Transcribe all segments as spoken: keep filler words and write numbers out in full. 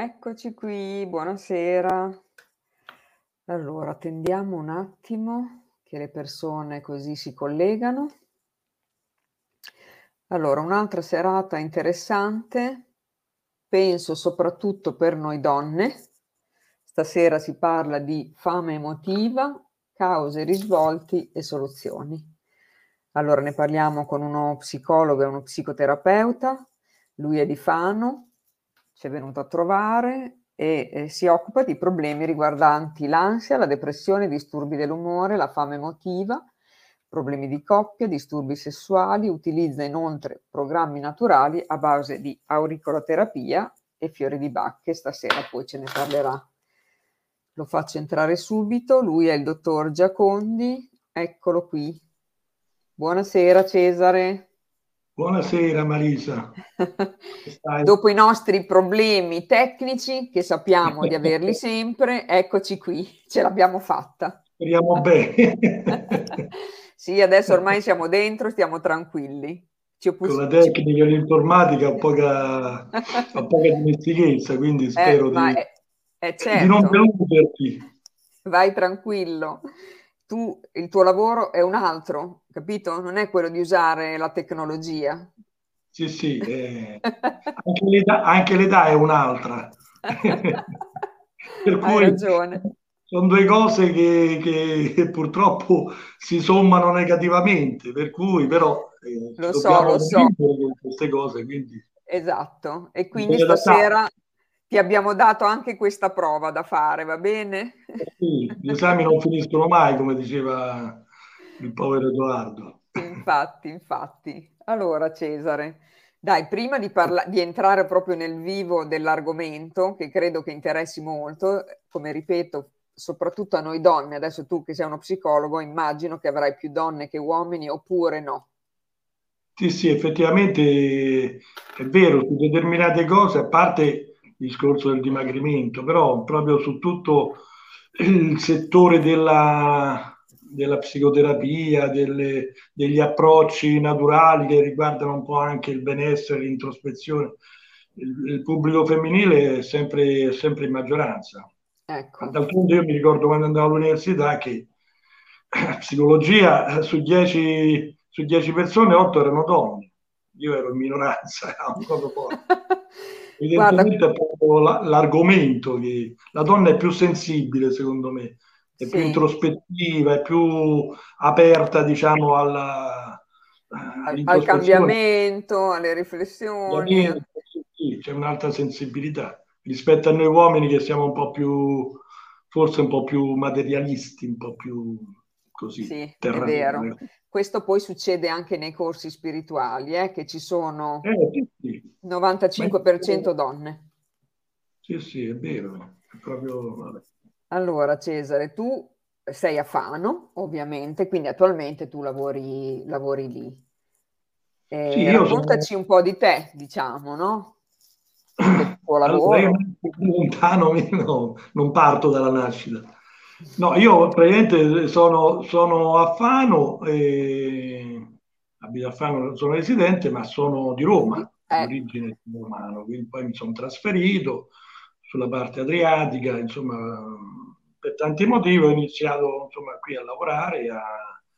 Eccoci qui, buonasera. Allora, attendiamo un attimo che le persone così si collegano. Allora, un'altra serata interessante, penso soprattutto per noi donne. Stasera si parla di fame emotiva, cause, risvolti e soluzioni. Allora, ne parliamo con uno psicologo e uno psicoterapeuta. Lui è di Fano, ci è venuto a trovare e eh, si occupa di problemi riguardanti l'ansia, la depressione, i disturbi dell'umore, la fame emotiva, problemi di coppia, disturbi sessuali. Utilizza inoltre programmi naturali a base di auricoloterapia e fiori di Bach, che stasera poi ce ne parlerà. Lo faccio entrare subito, lui è il dottor Giacondi, eccolo qui. Buonasera Cesare. Buonasera Marisa. Stai? Dopo i nostri problemi tecnici, che sappiamo di averli sempre, eccoci qui, ce l'abbiamo fatta. Speriamo bene. Sì, adesso ormai siamo dentro, stiamo tranquilli. Ci Con la oppos- ci- tecnica e l'informatica ho poca, ho poca dimestichezza, quindi Eh, spero ma di, è, è di non certo, deluderti. vai tranquillo. Tu, il tuo lavoro è un altro, capito? Non è quello di usare la tecnologia. Sì, sì, eh, anche l'età, anche l'età è un'altra. Per Hai cui ragione. sono due cose che, che- che purtroppo si sommano negativamente, per cui però eh, ci Lo so, dobbiamo lo so, convivere con queste cose, quindi esatto. E quindi bisogna adattarsi. stasera ti abbiamo dato anche questa prova da fare, va bene? Sì, gli esami non finiscono mai, come diceva il povero Edoardo. Infatti, infatti. Allora, Cesare, dai, prima di, parla- di entrare proprio nel vivo dell'argomento, che credo che interessi molto, come ripeto, soprattutto a noi donne, adesso tu che sei uno psicologo, immagino che avrai più donne che uomini, oppure no? Sì, sì, effettivamente è vero, su determinate cose, a parte il discorso del dimagrimento, però proprio su tutto il settore della, della psicoterapia, delle- degli approcci naturali che riguardano un po' anche il benessere, l'introspezione, il, il pubblico femminile è sempre, è sempre in maggioranza. Ma Ecco. d'altronde io mi ricordo quando andavo all'università che psicologia eh, su dieci, su dieci persone, otto erano donne. Io ero in minoranza, era un cosa forte. Guarda, Evidentemente è proprio la- l'argomento che la donna è più sensibile, secondo me, è più sì, introspettiva, è più aperta, diciamo, alla, al, al all'introspezione. cambiamento, alle riflessioni. Ovviamente, sì, sì, c'è un'alta sensibilità rispetto a noi uomini che siamo un po' più, forse un po' più materialisti, un po' più così, Sì, è terreni. vero. Questo poi succede anche nei corsi spirituali, eh, che ci sono Eh, sì, sì. Ma novantacinque per cento donne. sì, sì, è vero, è proprio, vabbè. Allora, Cesare, tu sei a Fano, ovviamente, quindi attualmente tu lavori, lavori lì. Sì, Eh, io sono, raccontaci un po' di te, diciamo, no? Del tuo allora io lavoro. lontano no, non parto dalla nascita. No, io praticamente sono, sono a Fano, e, abito a Fano, sono residente, ma sono di Di- Roma, di eh, origine romana, quindi poi mi sono trasferito sulla parte adriatica, insomma, per tanti motivi ho iniziato insomma, qui a lavorare, a,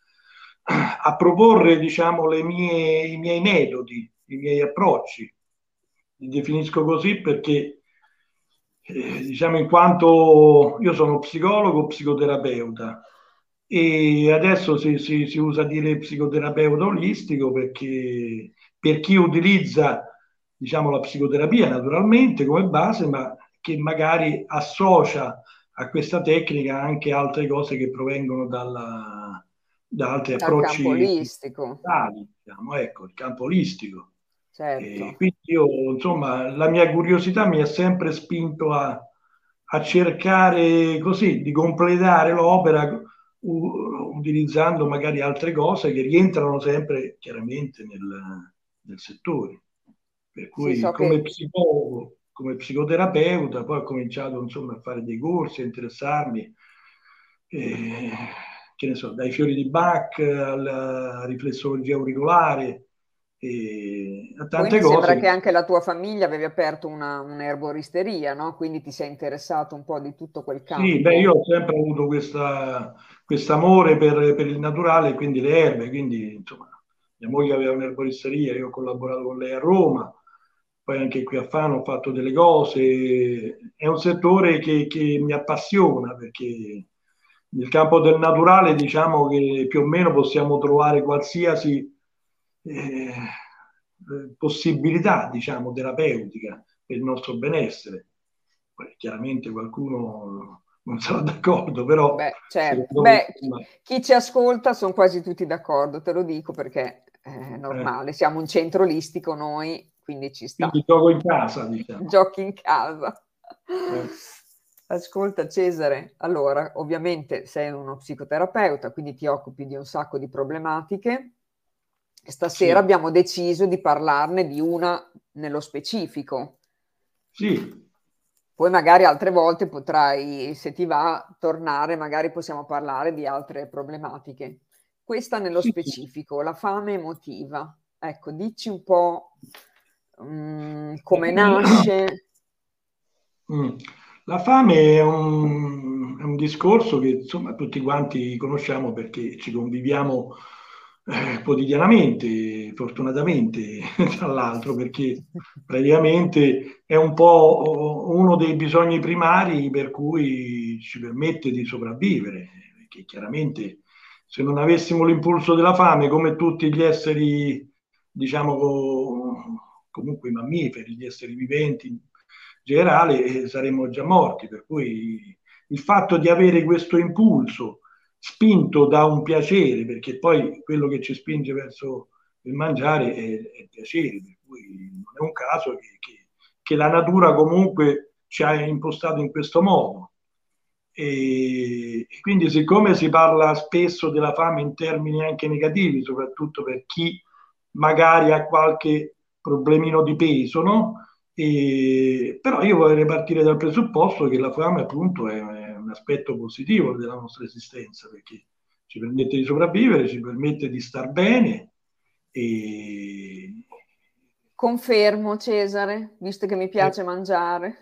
a proporre diciamo, le mie, i miei metodi, i miei approcci. Li definisco così perché, eh, diciamo, in quanto io sono psicologo, psicoterapeuta e adesso si, si- si usa dire psicoterapeuta olistico perché per chi utilizza, diciamo, la psicoterapia naturalmente come base, ma che magari associa a questa tecnica anche altre cose che provengono dalla- da altri dal campo approcci olistico, mentali, diciamo, ecco, il campo olistico. E certo. quindi io, insomma, la mia curiosità mi ha sempre spinto a, a cercare così di completare l'opera u- utilizzando magari altre cose che rientrano sempre chiaramente nel, nel settore. Per Sì, cui so come che psicologo, come psicoterapeuta, poi ho cominciato insomma, a fare dei corsi, a interessarmi, eh, che ne so, dai fiori di Bach alla riflessologia auricolare, e a Poi tante mi sembra cose. che anche la tua famiglia avevi aperto una, un'erboristeria, no? Quindi ti sei interessato un po' di tutto quel Sì, beh, io campo. ho sempre avuto questa amore per, per il naturale e quindi le erbe, quindi insomma, mia moglie aveva un'erboristeria, io ho collaborato con lei a Roma, poi anche qui a Fano ho fatto delle cose, è un settore che, che mi appassiona perché nel campo del naturale diciamo che più o meno possiamo trovare qualsiasi eh, possibilità, diciamo, terapeutica per il nostro benessere. Poi, chiaramente qualcuno non sarà d'accordo, però Beh, certo. secondo me, Beh, chi, insomma, chi ci ascolta sono quasi tutti d'accordo, te lo dico perché è eh, normale, siamo un centro olistico noi, quindi ci quindi sta. gioco in casa, diciamo. Giochi in casa. Eh, Ascolta Cesare, allora ovviamente sei uno psicoterapeuta, quindi ti occupi di un sacco di problematiche. Stasera sì, abbiamo deciso di parlarne di una nello specifico. sì, Poi magari altre volte potrai, se ti va, tornare, magari possiamo parlare di altre problematiche. Questa nello sì, sì. specifico, la fame emotiva. Ecco, dici un po' mm, La come fame, nasce. mm. La fame è un, è un discorso che insomma tutti quanti conosciamo perché ci conviviamo eh, quotidianamente, fortunatamente, tra l'altro, perché praticamente è un po' uno dei bisogni primari per cui ci permette di sopravvivere, perché chiaramente se non avessimo l'impulso della fame, come tutti gli esseri, diciamo, co- comunque i mammiferi, gli esseri viventi in generale, eh, saremmo già morti. Per cui il fatto di avere questo impulso spinto da un piacere, perché poi quello che ci spinge verso il mangiare è, è il piacere, per cui non è un caso che, che, che la natura comunque ci ha impostato in questo modo. E, e quindi siccome si parla spesso della fame in termini anche negativi, soprattutto per chi magari ha qualche problemino di peso, no? E, però io vorrei partire dal presupposto che la fame appunto è, è un aspetto positivo della nostra esistenza perché ci permette di sopravvivere, ci permette di star bene e Confermo, Cesare, visto che mi eh, piace mangiare.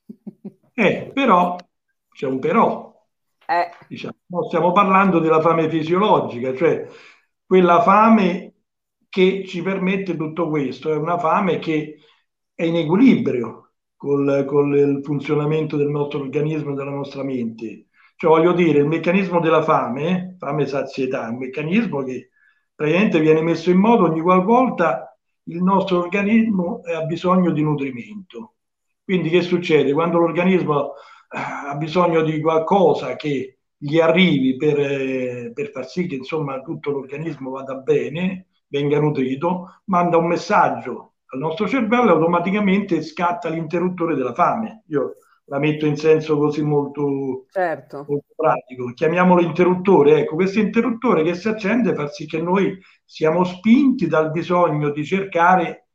eh, però c'è un però, Eh, diciamo. No, stiamo parlando della fame fisiologica, cioè quella fame che ci permette tutto questo, è una fame che è in equilibrio col, col il funzionamento del nostro organismo e della nostra mente. Cioè, voglio dire, il meccanismo della fame, fame e sazietà, è un meccanismo che praticamente viene messo in moto ogni qualvolta il nostro organismo ha bisogno di nutrimento. Quindi che succede? Quando l'organismo eh, ha bisogno di qualcosa che gli arrivi per, eh, per far sì che insomma tutto l'organismo vada bene, venga nutrito, manda un messaggio al nostro cervello e automaticamente scatta l'interruttore della fame. Io la metto in senso così molto, certo. molto pratico. Chiamiamolo interruttore. Ecco, questo interruttore che si accende fa sì che noi siamo spinti dal bisogno di cercare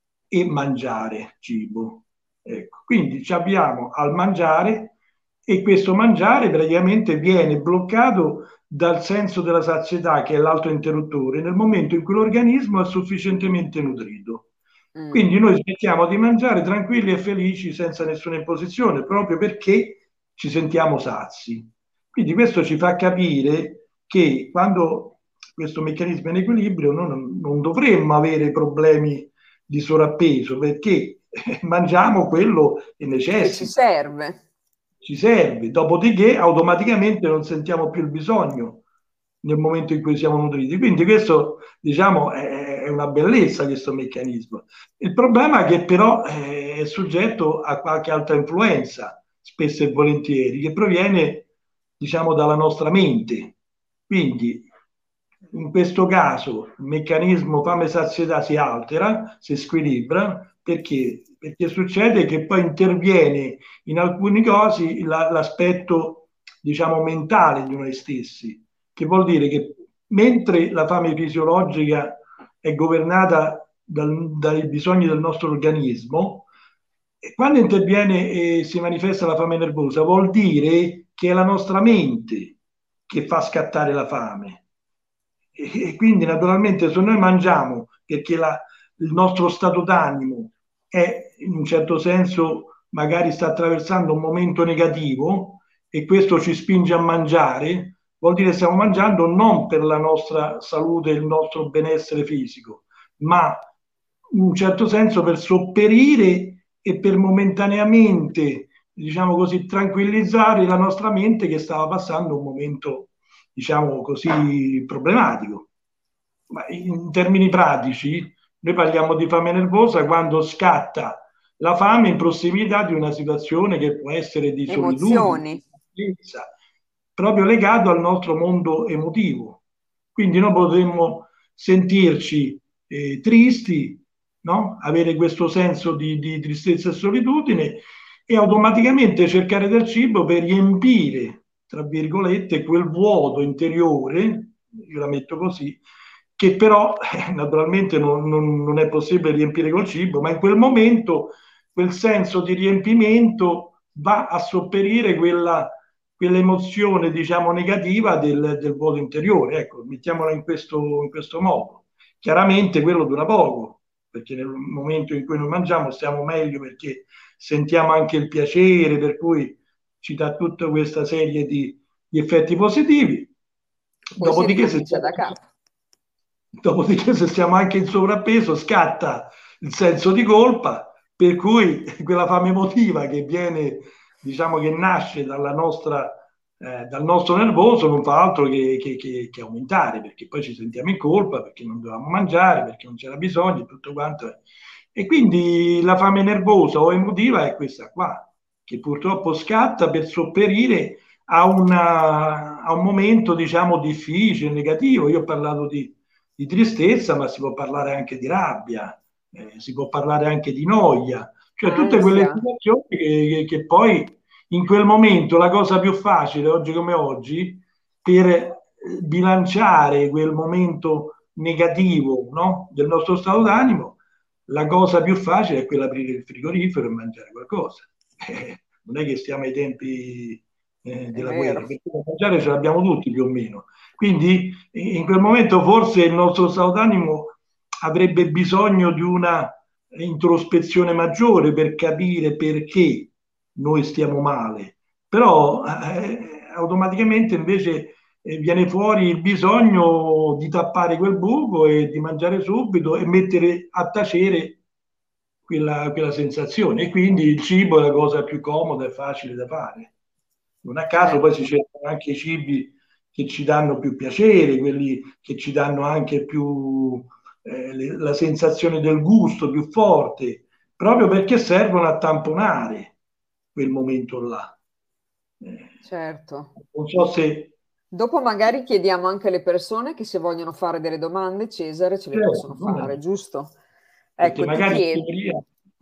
e mangiare cibo. Ecco, quindi ci abbiamo al mangiare e questo mangiare praticamente viene bloccato dal senso della sazietà, che è l'altro interruttore, nel momento in cui l'organismo è sufficientemente nutrito. Mm. Quindi noi smettiamo di mangiare tranquilli e felici senza nessuna imposizione, proprio perché ci sentiamo sazi. Quindi questo ci fa capire che quando questo meccanismo è in equilibrio noi non, non dovremmo avere problemi di sovrappeso perché mangiamo quello che Che ci necessita, serve. ci serve, dopodiché automaticamente non sentiamo più il bisogno nel momento in cui siamo nutriti. Quindi questo, diciamo, è una bellezza questo meccanismo. Il problema è che però è soggetto a qualche altra influenza, spesso e volentieri, che proviene, diciamo, dalla nostra mente. Quindi in questo caso il meccanismo fame-sazietà si altera, si squilibra, perché? Perché succede che poi interviene in alcuni casi la, l'aspetto, diciamo, mentale di noi stessi, che vuol dire che mentre la fame fisiologica è governata dal, dai bisogni del nostro organismo, quando interviene e si manifesta la fame nervosa, vuol dire che è la nostra mente che fa scattare la fame. E, e quindi naturalmente se noi mangiamo perché la, il nostro stato d'animo è in un certo senso magari sta attraversando un momento negativo e questo ci spinge a mangiare, vuol dire che stiamo mangiando non per la nostra salute e il nostro benessere fisico, ma in un certo senso per sopperire e per momentaneamente, diciamo così, tranquillizzare la nostra mente che stava passando un momento, diciamo così, problematico. Ma in termini pratici, noi parliamo di fame nervosa quando scatta la fame in prossimità di una situazione che può essere di solitudine, Emozioni. di tristezza, proprio legato al nostro mondo emotivo. Quindi noi potremmo sentirci eh, tristi, no? Avere questo senso di, di tristezza e solitudine e automaticamente cercare del cibo per riempire, tra virgolette, quel vuoto interiore, io la metto così, che però eh, naturalmente non, non, non è possibile riempire col cibo, ma in quel momento quel senso di riempimento va a sopperire quella, quell'emozione, diciamo, negativa del, del vuoto interiore. Ecco, mettiamola in questo, in questo modo. Chiaramente quello dura poco, perché nel momento in cui noi mangiamo stiamo meglio perché sentiamo anche il piacere, per cui ci dà tutta questa serie di, di effetti positivi. Poi si Dopodiché se, ricomincia da capo. dopodiché, se stiamo anche in sovrappeso, scatta il senso di colpa, per cui quella fame emotiva che viene, diciamo, che nasce dalla nostra, eh, dal nostro nervoso non fa altro che, che, che, che aumentare, perché poi ci sentiamo in colpa, perché non dovevamo mangiare, perché non c'era bisogno e tutto quanto. E quindi la fame nervosa o emotiva è questa qua, che purtroppo scatta per sopperire a, una, a un momento, diciamo, difficile, negativo. Io ho parlato di, di tristezza, ma si può parlare anche di rabbia, eh, si può parlare anche di noia, cioè tutte quelle Ansia. situazioni che, che, che poi in quel momento la cosa più facile, oggi come oggi, per bilanciare quel momento negativo, no, del nostro stato d'animo, la cosa più facile è quella di aprire il frigorifero e mangiare qualcosa. Eh, non è che stiamo ai tempi eh, È della guerra, vero. perché da mangiare ce l'abbiamo tutti più o meno. Quindi in quel momento forse il nostro stato d'animo avrebbe bisogno di una introspezione maggiore per capire perché noi stiamo male, però eh, automaticamente invece eh, viene fuori il bisogno di tappare quel buco e di mangiare subito e mettere a tacere quella, quella sensazione. E quindi il cibo è la cosa più comoda e facile da fare. Non a caso poi si Certo. cercano anche i cibi che ci danno più piacere, quelli che ci danno anche più eh, le, la sensazione del gusto più forte, proprio perché servono a tamponare quel momento là. Eh, Certo. non so se... Dopo magari chiediamo anche alle persone che se vogliono fare delle domande, Cesare, ce le Certo, possono come fare, no? giusto? Perché Ecco, ti magari in chiedo, teoria...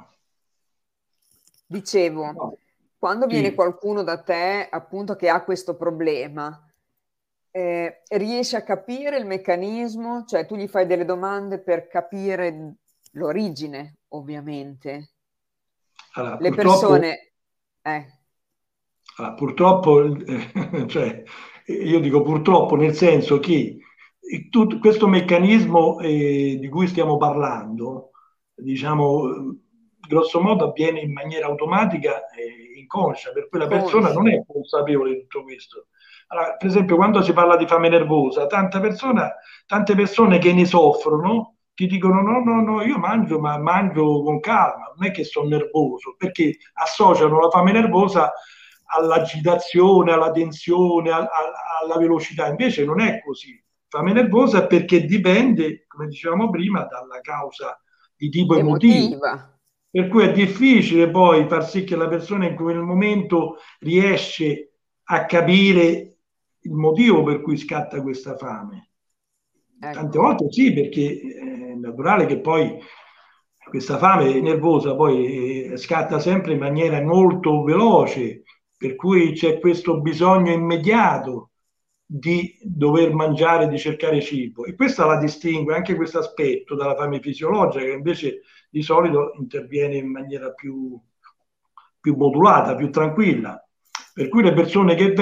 dicevo, No, quando viene sì. qualcuno da te, appunto, che ha questo problema, eh, riesci a capire il meccanismo? Cioè, tu gli fai delle domande per capire l'origine, ovviamente. Allora, Le purtroppo persone, eh, Ah, purtroppo, eh, cioè, io dico purtroppo nel senso che tutto questo meccanismo eh, di cui stiamo parlando, diciamo, eh, grosso modo avviene in maniera automatica e inconscia, per cui la persona non conscia. è consapevole di tutto questo. Allora, per esempio, quando si parla di fame nervosa, tante persone, tante persone che ne soffrono ti dicono no, no, no, io mangio, ma mangio con calma, non è che sono nervoso, perché associano la fame nervosa all'agitazione, alla tensione, a, a, alla velocità. Invece non è così. Fame nervosa perché dipende, come dicevamo prima, dalla causa di tipo emotivo. Emotiva. Per cui è difficile poi far sì che la persona in quel momento riesce a capire il motivo per cui scatta questa fame. Tante Ecco. volte sì, perché è naturale che poi questa fame nervosa poi eh, scatta sempre in maniera molto veloce, per cui c'è questo bisogno immediato di dover mangiare, di cercare cibo. E questa la distingue anche questo aspetto dalla fame fisiologica, che invece di solito interviene in maniera più, più modulata, più tranquilla. Per cui le persone che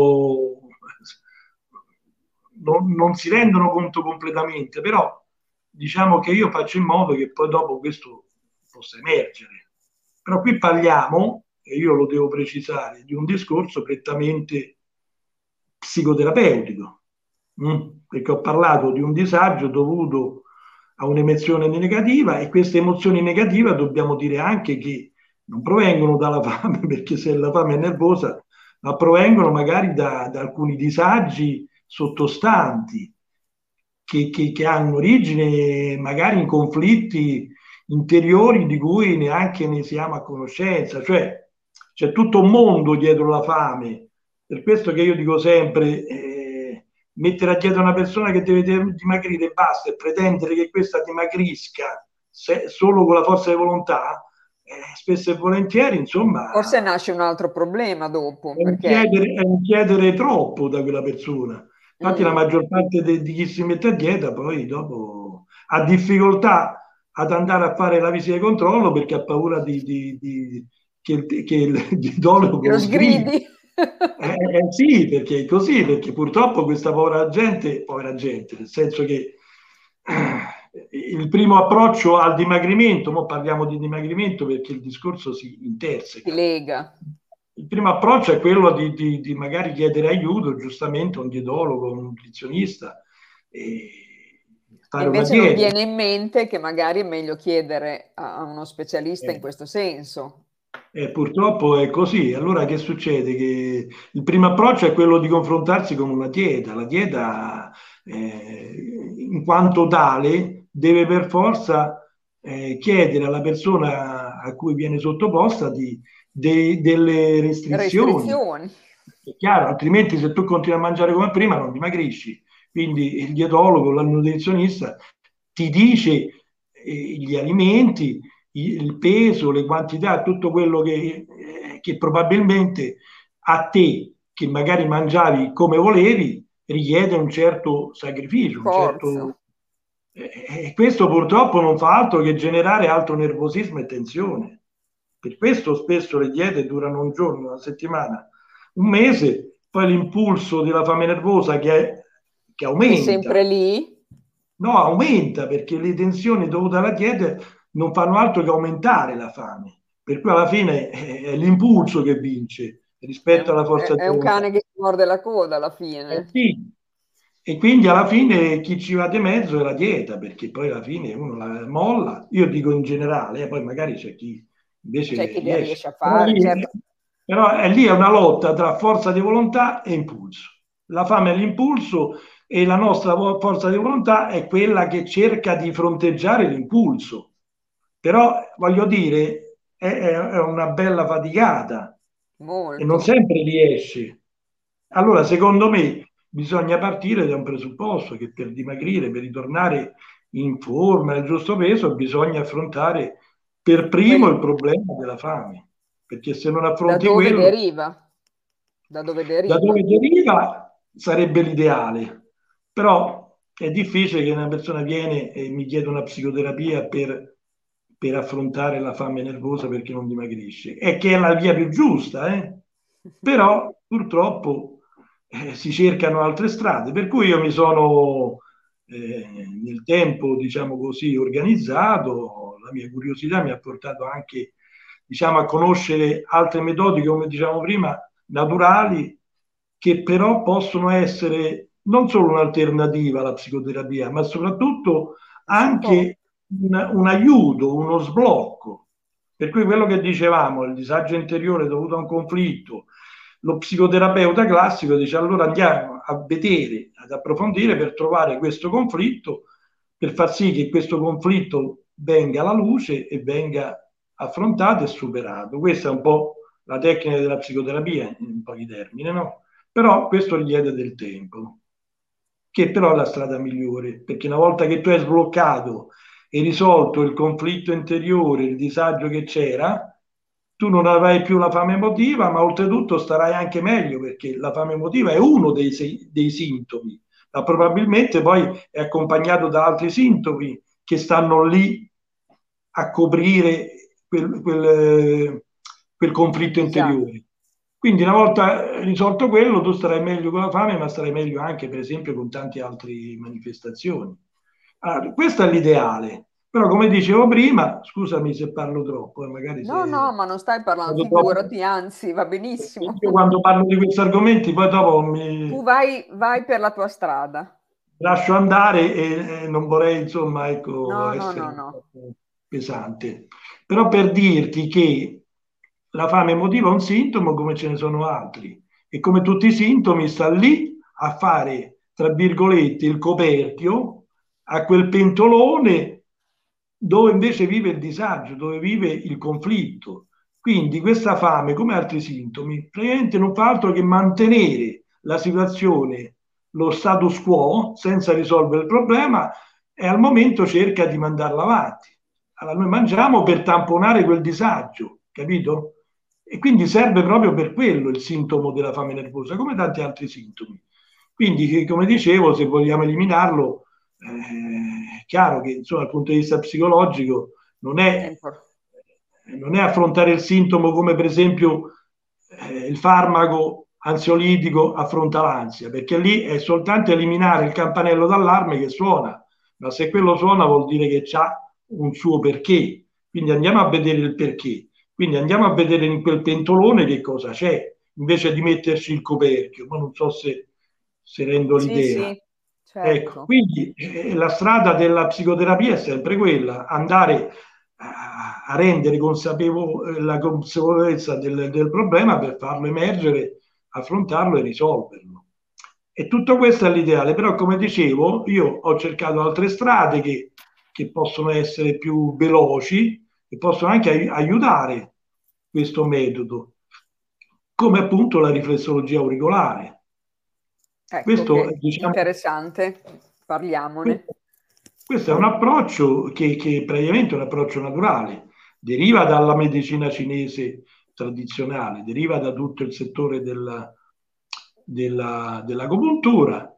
vengono non, non si rendono conto completamente, però diciamo che io faccio in modo che poi dopo questo possa emergere. Però qui parliamo, e io lo devo precisare, di un discorso prettamente psicoterapeutico, mh? Perché ho parlato di un disagio dovuto a un'emozione negativa, e queste emozioni negative dobbiamo dire anche che non provengono dalla fame, perché se la fame è nervosa, ma provengono magari da, da alcuni disagi sottostanti che, che, che hanno origine magari in conflitti interiori di cui neanche ne siamo a conoscenza. Cioè c'è tutto un mondo dietro la fame. Per questo che io dico sempre, eh, mettere dietro una persona che deve dimagrire e basta, e pretendere che questa dimagrisca se, solo con la forza di volontà, eh, spesso e volentieri, Forse insomma, nasce un altro problema dopo, è un perché chiedere, è un chiedere troppo da quella persona. Infatti la mm, maggior parte de- di chi si mette a dieta poi dopo ha difficoltà ad andare a fare la visita di controllo perché ha paura di, di- di- che, il- che il dietologo lo lo sgridi. sgridi. Eh, eh, sì, perché è così, perché purtroppo questa povera gente, povera gente, nel senso che eh, il primo approccio al dimagrimento, mo parliamo di dimagrimento perché il discorso si Si interseca. lega. Il primo approccio è quello di, di- di magari chiedere aiuto, giustamente, a un dietologo, a un nutrizionista, e E fare una invece non dieta. viene in mente che magari è meglio chiedere a a uno specialista in Eh, questo senso. E purtroppo è così. Allora che succede? Che il primo approccio è quello di confrontarsi con una dieta. La dieta, eh, in quanto tale, deve per forza eh, chiedere alla persona a cui viene sottoposta di, de- delle restrizioni. Restrizioni. È chiaro, altrimenti se tu continui a mangiare come prima non dimagrisci. Quindi il dietologo, il nutrizionista ti dice eh, gli alimenti, il peso, le quantità, tutto quello che, eh, che probabilmente a te, che magari mangiavi come volevi, richiede un certo sacrificio, un Forza. certo... E questo purtroppo non fa altro che generare altro nervosismo e tensione. Per questo spesso le diete durano un giorno, una settimana, un mese, poi l'impulso della fame nervosa che, è, che È sempre aumenta. lì. No, aumenta perché le tensioni dovute alla dieta non fanno altro che aumentare la fame. Per cui alla fine è l'impulso che vince È rispetto un, alla è- forza di è un volontà. cane che si morde la coda alla Eh fine. sì. E quindi alla fine chi ci va di mezzo è la dieta, perché poi alla fine uno la molla, io dico in generale, eh, poi magari c'è chi C'è invece chi le riesce. riesce a Però fare, lì, certo. però è lì è una lotta tra forza di volontà e impulso. La fame è l'impulso e la nostra vo- forza di volontà è quella che cerca di fronteggiare l'impulso. Però voglio dire, è, è una bella faticata e non Molto. sempre riesce. Allora, secondo me, bisogna partire da un presupposto che per dimagrire, per ritornare in forma, al giusto peso, bisogna affrontare per primo Quel- il problema della fame, perché se non da affronti dove quello, deriva? Da dove da deriva? dove deriva sarebbe l'ideale, però è difficile che una persona viene e mi chiede una psicoterapia per, per affrontare la fame nervosa perché non dimagrisce. È che è la via più giusta, eh? Però purtroppo eh, si cercano altre strade, per cui io mi sono eh, nel tempo, diciamo così, organizzato, la mia curiosità mi ha portato anche, diciamo, a conoscere altre metodiche, come diciamo prima, naturali, che però possono essere non solo un'alternativa alla psicoterapia, ma soprattutto Un supporto. anche un, un aiuto, uno sblocco. Per cui quello che dicevamo, il disagio interiore dovuto a un conflitto, lo psicoterapeuta classico dice allora andiamo a vedere, ad approfondire per trovare questo conflitto, per far sì che questo conflitto venga alla luce e venga affrontato e superato. Questa è un po' la tecnica della psicoterapia, in pochi termini, no? Però questo richiede del tempo, che però è la strada migliore, perché una volta che tu hai sbloccato e risolto il conflitto interiore, il disagio che c'era, tu non avrai più la fame emotiva, ma oltretutto starai anche meglio, perché la fame emotiva è uno dei, dei sintomi, ma probabilmente poi è accompagnato da altri sintomi che stanno lì a coprire quel, quel, quel Il conflitto disagio. interiore. Quindi una volta risolto quello, tu starai meglio con la fame, ma starai meglio anche, per esempio, con tante altre manifestazioni. Allora, questo è l'ideale, però come dicevo prima, scusami se parlo troppo, e magari No, no, se ma non stai parlando, parlo troppo, figurati, anzi, va perché benissimo. io quando parlo di questi argomenti poi dopo Tu mi vai, vai per la tua strada. lascio andare e, e non vorrei insomma ecco, No, no, essere no, no. troppo pesante. Però per dirti che la fame emotiva è un sintomo come ce ne sono altri e come tutti i sintomi sta lì a fare, tra virgolette, il coperchio a quel pentolone dove invece vive il disagio, dove vive il conflitto. Quindi questa fame, come altri sintomi, praticamente non fa altro che mantenere la situazione, lo status quo, senza risolvere il problema e al momento cerca di mandarla avanti. Allora noi mangiamo per tamponare quel disagio, capito? E quindi serve proprio per quello il sintomo della fame nervosa, come tanti altri sintomi. Quindi, come dicevo, se vogliamo eliminarlo, eh, è chiaro che insomma, dal punto di vista psicologico non È è, importante. non è affrontare il sintomo come per esempio eh, il farmaco ansiolitico affronta l'ansia, perché lì è soltanto eliminare il campanello d'allarme che suona, ma se quello suona vuol dire che c'ha un suo perché. Quindi andiamo a vedere il perché. Quindi andiamo a vedere in quel pentolone che cosa c'è, invece di metterci il coperchio. Ma non so se, se rendo Sì, l'idea. sì, Ecco, certo. quindi eh, la strada della psicoterapia è sempre quella, andare a, a rendere consapevo- eh, la consapevolezza del, del problema per farlo emergere, affrontarlo e risolverlo. E tutto questo è l'ideale, però come dicevo, io ho cercato altre strade che, che possono essere più veloci e possono anche ai- aiutare questo metodo, come appunto la riflessologia auricolare. Ecco Questo, che diciamo, interessante, parliamone. questo, questo è un approccio che, che praticamente è un approccio naturale, deriva dalla medicina cinese tradizionale, deriva da tutto il settore della, della, dell'agopuntura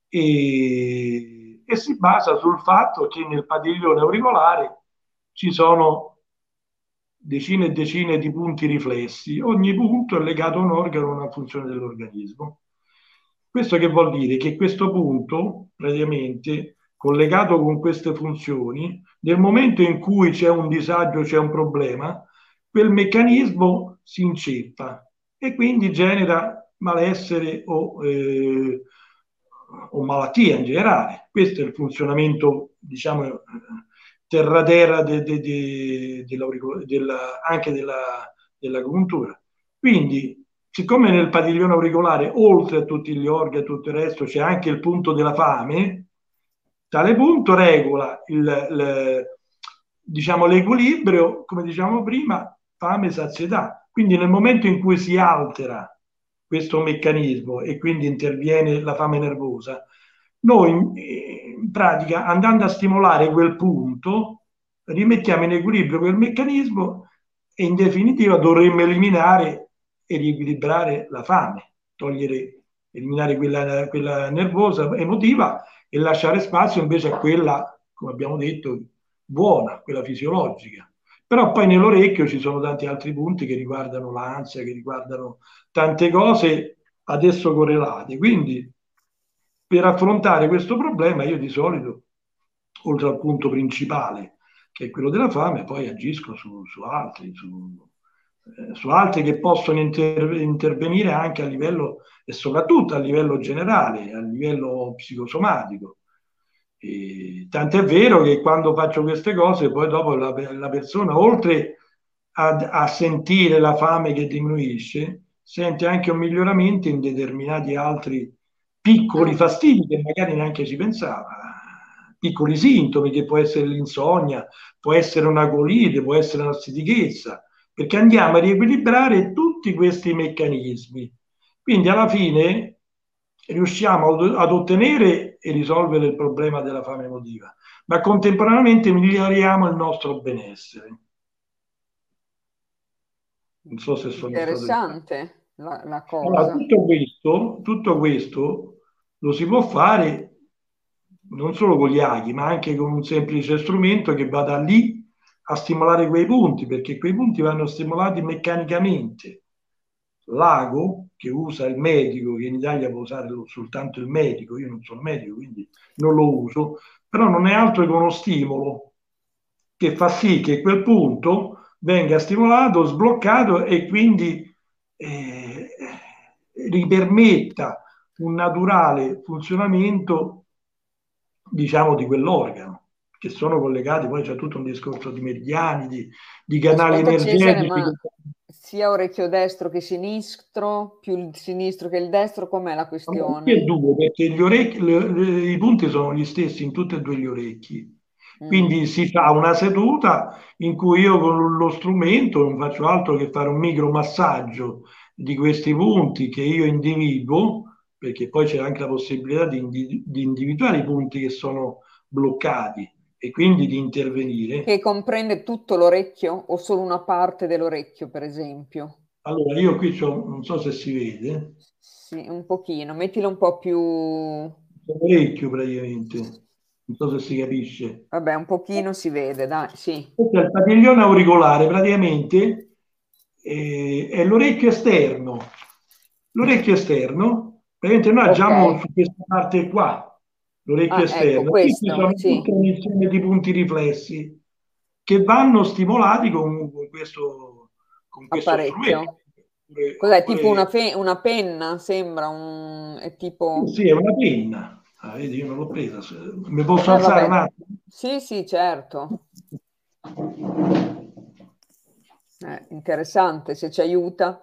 e, e si basa sul fatto che nel padiglione auricolare ci sono decine e decine di punti riflessi, ogni punto è legato a un organo o a una funzione dell'organismo. Questo che vuol dire? Che questo punto, praticamente, collegato con queste funzioni, nel momento in cui c'è un disagio, c'è un problema, quel meccanismo si inceppa e quindi genera malessere o, eh, o malattia in generale. Questo è il funzionamento, diciamo, terra-terra de, de, de, della, anche della, dell'agopuntura. Quindi, siccome nel padiglione auricolare, oltre a tutti gli organi e tutto il resto, c'è anche il punto della fame, tale punto regola il, il, diciamo, l'equilibrio, come diciamo prima, fame e sazietà. Quindi nel momento in cui si altera questo meccanismo e quindi interviene la fame nervosa, noi in pratica andando a stimolare quel punto rimettiamo in equilibrio quel meccanismo e in definitiva dovremmo eliminare e riequilibrare la fame, togliere, eliminare quella, quella nervosa, emotiva e lasciare spazio invece a quella, come abbiamo detto, buona, quella fisiologica. Però poi nell'orecchio ci sono tanti altri punti che riguardano l'ansia, che riguardano tante cose adesso correlate. Quindi per affrontare questo problema io di solito, oltre al punto principale, che è quello della fame, poi agisco su, su altri, su, eh, su altri che possono inter- intervenire anche a livello e soprattutto a livello generale, a livello psicosomatico. E tant'è vero che quando faccio queste cose, poi dopo la, la persona, oltre a, a sentire la fame che diminuisce, sente anche un miglioramento in determinati altri piccoli Ah, fastidi che magari neanche ci pensava, piccoli sintomi che può essere l'insonnia, può essere una colite, può essere una stitichezza, perché andiamo a riequilibrare tutti questi meccanismi. Quindi alla fine riusciamo ad ottenere e risolvere il problema della fame emotiva, ma contemporaneamente miglioriamo il nostro benessere. Non so se sono stato chiaro. interessante la, la Allora, cosa. tutto questo, tutto questo lo si può fare non solo con gli aghi, ma anche con un semplice strumento che vada lì a stimolare quei punti, perché quei punti vanno stimolati meccanicamente. L'ago che usa il medico, che in Italia può usare soltanto il medico, io non sono medico, quindi non lo uso, però non è altro che uno stimolo che fa sì che quel punto venga stimolato, sbloccato e quindi eh, ripermetta un naturale funzionamento, diciamo, di quell'organo, che sono collegati, poi c'è tutto un discorso di meridiani, di, di canali Ascolta Cesare, energetici. ma sia orecchio destro che sinistro, più il sinistro che il destro, com'è la Tutti e questione? due, perché gli orecchi, le- le- i punti sono gli stessi in tutti e due gli orecchi. Mm. Quindi si fa una seduta in cui io con lo strumento non faccio altro che fare un micromassaggio di questi punti che io individuo, perché poi c'è anche la possibilità di, indi- di individuare i punti che sono bloccati e quindi di intervenire. Che comprende tutto l'orecchio o solo una parte dell'orecchio, per esempio? Allora, io qui c'ho, non so se si vede, Sì, un pochino, mettilo un po' più... l'orecchio praticamente, non so se si capisce. Vabbè, un pochino si vede, dai, sì. Questo è il padiglione auricolare, praticamente eh, è l'orecchio esterno. L'orecchio esterno, praticamente noi Ok. agiamo su questa parte qua, l'orecchio Ah, ecco, esterno. Qui ci questo, sono sì, tutto un insieme di punti riflessi che vanno stimolati con, con questo, con questo strumento. apparecchio. Oppure, Cos'è? Tipo oppure- una, fe- una penna, sembra un... è tipo... sì, è una penna. Ah, vedi, io non l'ho presa. Se- Mi posso Eh, alzare un vabbè. attimo? Sì, sì, certo. Eh, interessante, se ci aiuta.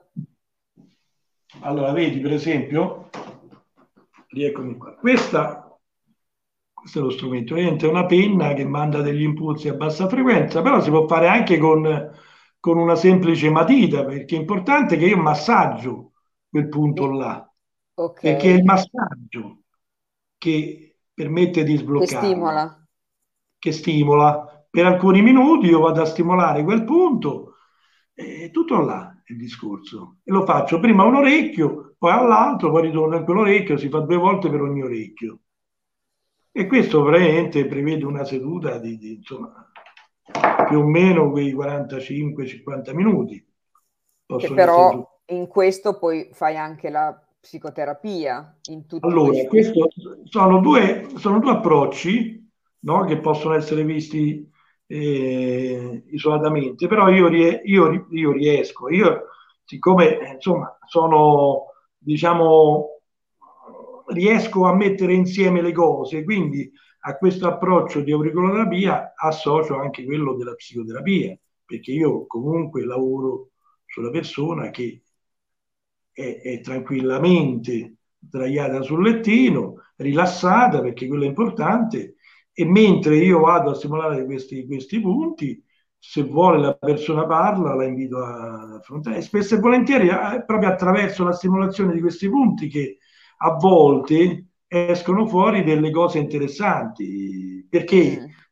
Allora, vedi per esempio, rieccomi qua. Questa, questo è lo strumento, ovviamente è una penna che manda degli impulsi a bassa frequenza, però si può fare anche con, con una semplice matita, perché è importante che io massaggio quel punto Di- là, Ok, perché è il massaggio che permette di che sbloccarlo, stimola. che stimola. Per alcuni minuti io vado a stimolare quel punto e tutto là è il discorso. E lo faccio prima a un orecchio, poi all'altro, poi ritorno a quell'orecchio, si fa due volte per ogni orecchio. E questo praticamente prevede una seduta di, di, insomma, più o meno quei quarantacinque cinquanta minuti. Che Possono essere però su. in questo poi fai anche la psicoterapia in tutti Allora, questi. questo sono due, sono due approcci, no, che possono essere visti eh, isolatamente, però io, rie- io- io riesco, io siccome eh, insomma sono, diciamo, riesco a mettere insieme le cose, quindi a questo approccio di auricoloterapia associo anche quello della psicoterapia, perché io comunque lavoro sulla persona che è, è tranquillamente sdraiata sul lettino, rilassata, perché quello è importante, e mentre io vado a stimolare questi, questi punti, se vuole la persona parla, la invito a affrontare. E spesso e volentieri è proprio attraverso la stimolazione di questi punti che a volte escono fuori delle cose interessanti, perché Mm.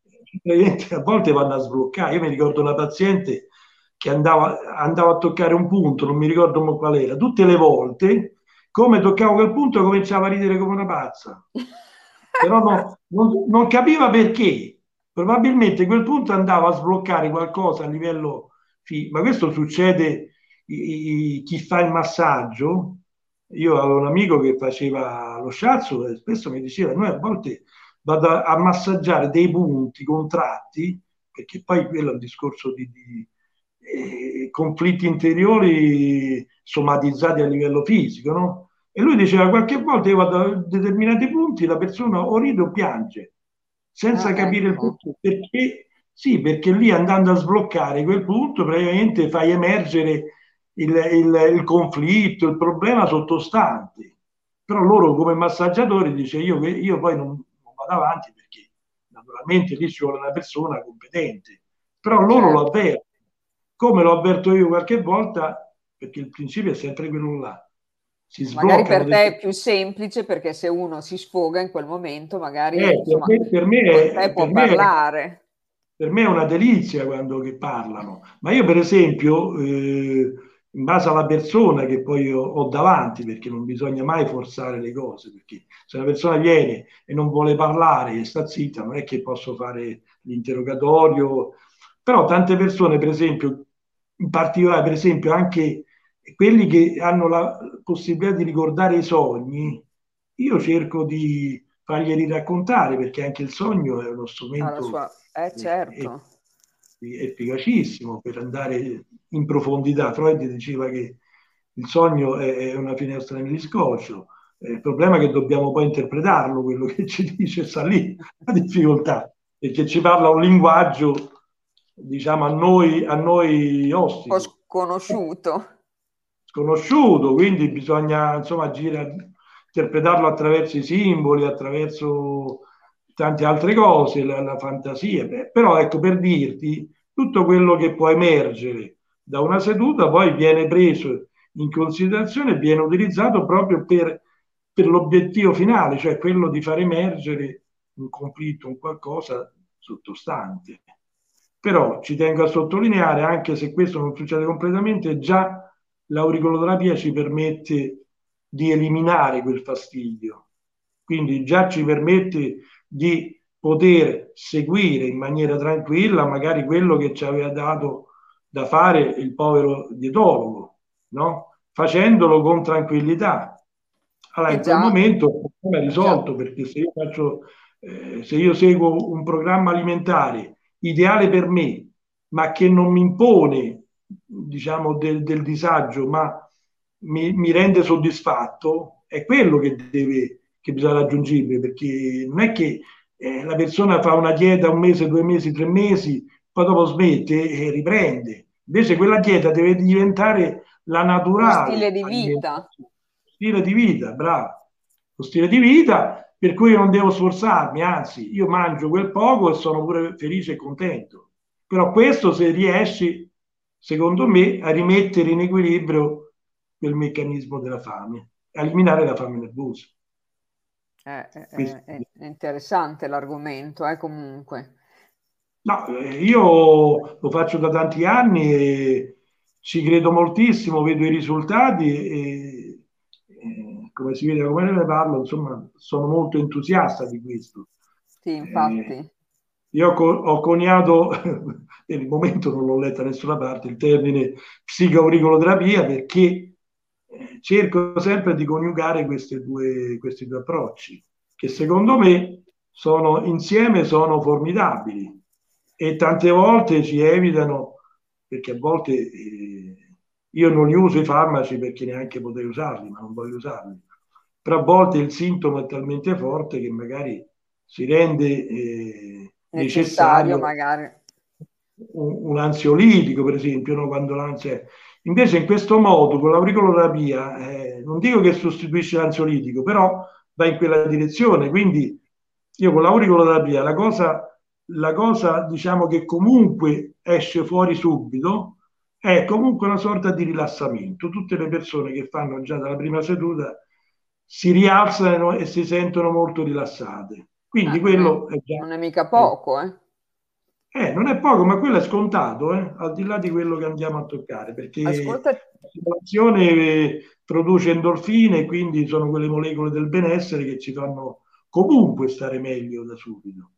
a volte vanno a sbloccare. Io mi ricordo una paziente che andava, andava a toccare un punto, non mi ricordo qual era, tutte le volte, come toccavo quel punto, cominciava a ridere come una pazza. Però no, non, non capiva perché. Probabilmente quel punto andava a sbloccare qualcosa a livello... fi- Ma questo succede i- i- chi fa il massaggio. Io avevo un amico che faceva lo shiatsu e spesso mi diceva, noi a volte vado a, a massaggiare dei punti contratti, perché poi quello è un discorso di, di eh, conflitti interiori somatizzati a livello fisico, no? E lui diceva qualche volta io vado a determinati punti, la persona o ride o piange, Ah, senza capire il ecco. perché. Perché sì, perché lì andando a sbloccare quel punto, praticamente fai emergere il, il, il conflitto, il problema sottostante. Però loro come massaggiatori dice io, io poi non, non vado avanti perché naturalmente lì ci vuole una persona competente, però loro lo Certo. avvertono, come lo avverto io qualche volta, perché il principio è sempre quello là. Si Magari sbloccano per delle... te è più semplice perché se uno si sfoga in quel momento, magari, Eh, per insomma, me, per me con te è, può per me è- parlare. per me è una delizia quando che parlano, ma io per esempio, eh, in base alla persona che poi ho, ho davanti, perché non bisogna mai forzare le cose, perché se una persona viene e non vuole parlare e sta zitta, non è che posso fare l'interrogatorio, però tante persone, per esempio, in particolare, per esempio, anche quelli che hanno la possibilità di ricordare i sogni, io cerco di farglieli raccontare, perché anche il sogno è uno strumento sua... eh, certo. efficacissimo per andare in profondità. Freud diceva che il sogno è una finestra nell'iscoscio. Il problema è che dobbiamo poi interpretarlo, quello che ci dice, sta lì la difficoltà, perché ci parla un linguaggio, diciamo, a noi, a noi ostico. Un po' sconosciuto. Sconosciuto, quindi bisogna, insomma, agire, interpretarlo attraverso i simboli, attraverso tante altre cose, la, la fantasia. Beh, però, ecco, per dirti, tutto quello che può emergere da una seduta poi viene preso in considerazione e viene utilizzato proprio per, per l'obiettivo finale, cioè quello di far emergere un conflitto, un qualcosa sottostante. Però ci tengo a sottolineare, anche se questo non succede completamente, già l'auriculoterapia ci permette di eliminare quel fastidio. Quindi già ci permette di poter seguire in maniera tranquilla magari quello che ci aveva dato da fare il povero dietologo, no? Facendolo con tranquillità. Allora, in quel momento il problema è risolto, perché se io faccio, eh, se io seguo un programma alimentare ideale per me, ma che non mi impone, diciamo, del, del disagio, ma mi, mi rende soddisfatto, è quello che deve, che bisogna raggiungere, perché non è che eh, la persona fa una dieta un mese, due mesi, tre mesi, poi dopo smette e riprende. Invece quella dieta deve diventare la naturale. Lo stile di vita. Stile di vita, bravo. Lo stile di vita per cui io non devo sforzarmi, anzi, io mangio quel poco e sono pure felice e contento. Però questo se riesci, secondo me, a rimettere in equilibrio quel meccanismo della fame, a eliminare la fame nervosa. Eh, è, è, è interessante l'argomento, eh, comunque. No, io lo faccio da tanti anni e ci credo moltissimo, vedo i risultati e, e come si vede, come ne parlo, insomma, sono molto entusiasta di questo. Sì, infatti. Eh, io ho, ho coniato, nel momento non l'ho letta da nessuna parte, il termine psicoauricoloterapia, perché cerco sempre di coniugare questi due, questi due approcci, che secondo me sono insieme sono formidabili. E tante volte ci evitano, perché a volte eh, io non li uso i farmaci perché neanche potrei usarli, ma non voglio usarli. Però a volte il sintomo è talmente forte che magari si rende eh, necessario, necessario magari un, un ansiolitico, per esempio, no? Quando l'ansia è... Invece in questo modo, con l'auriculoterapia, eh, non dico che sostituisce l'ansiolitico, però va in quella direzione. Quindi io con l'auriculoterapia la cosa... La cosa, diciamo, che comunque esce fuori subito è comunque una sorta di rilassamento. Tutte le persone che fanno già dalla prima seduta si rialzano e si sentono molto rilassate. Quindi ah, quello non è, è già... non è mica poco, eh. Eh, non è poco, ma quello è scontato, eh, al di là di quello che andiamo a toccare, perché Ascolta... la situazione eh, produce endorfine e quindi sono quelle molecole del benessere che ci fanno comunque stare meglio da subito.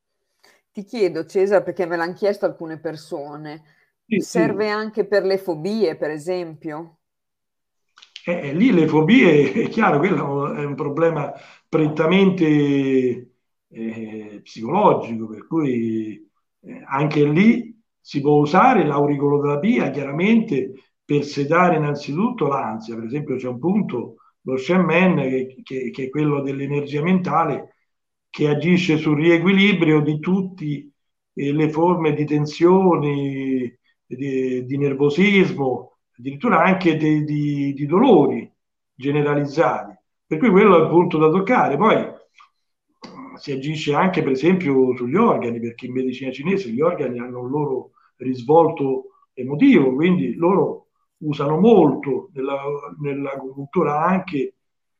Ti chiedo, Cesare, perché me l'hanno chiesto alcune persone, sì, serve sì. anche per le fobie, per esempio? Eh, lì le fobie, è chiaro, quello è un problema prettamente eh, psicologico, per cui eh, anche lì si può usare l'auriculoterapia chiaramente per sedare innanzitutto l'ansia. Per esempio c'è un punto, lo shaman, che, che, che è quello dell'energia mentale, che agisce sul riequilibrio di tutte eh, le forme di tensioni, di, di nervosismo, addirittura anche di, di, di dolori generalizzati. Per cui quello è il punto da toccare. Poi si agisce anche, per esempio, sugli organi, perché in medicina cinese gli organi hanno un loro risvolto emotivo, quindi loro usano molto nella, nella cultura anche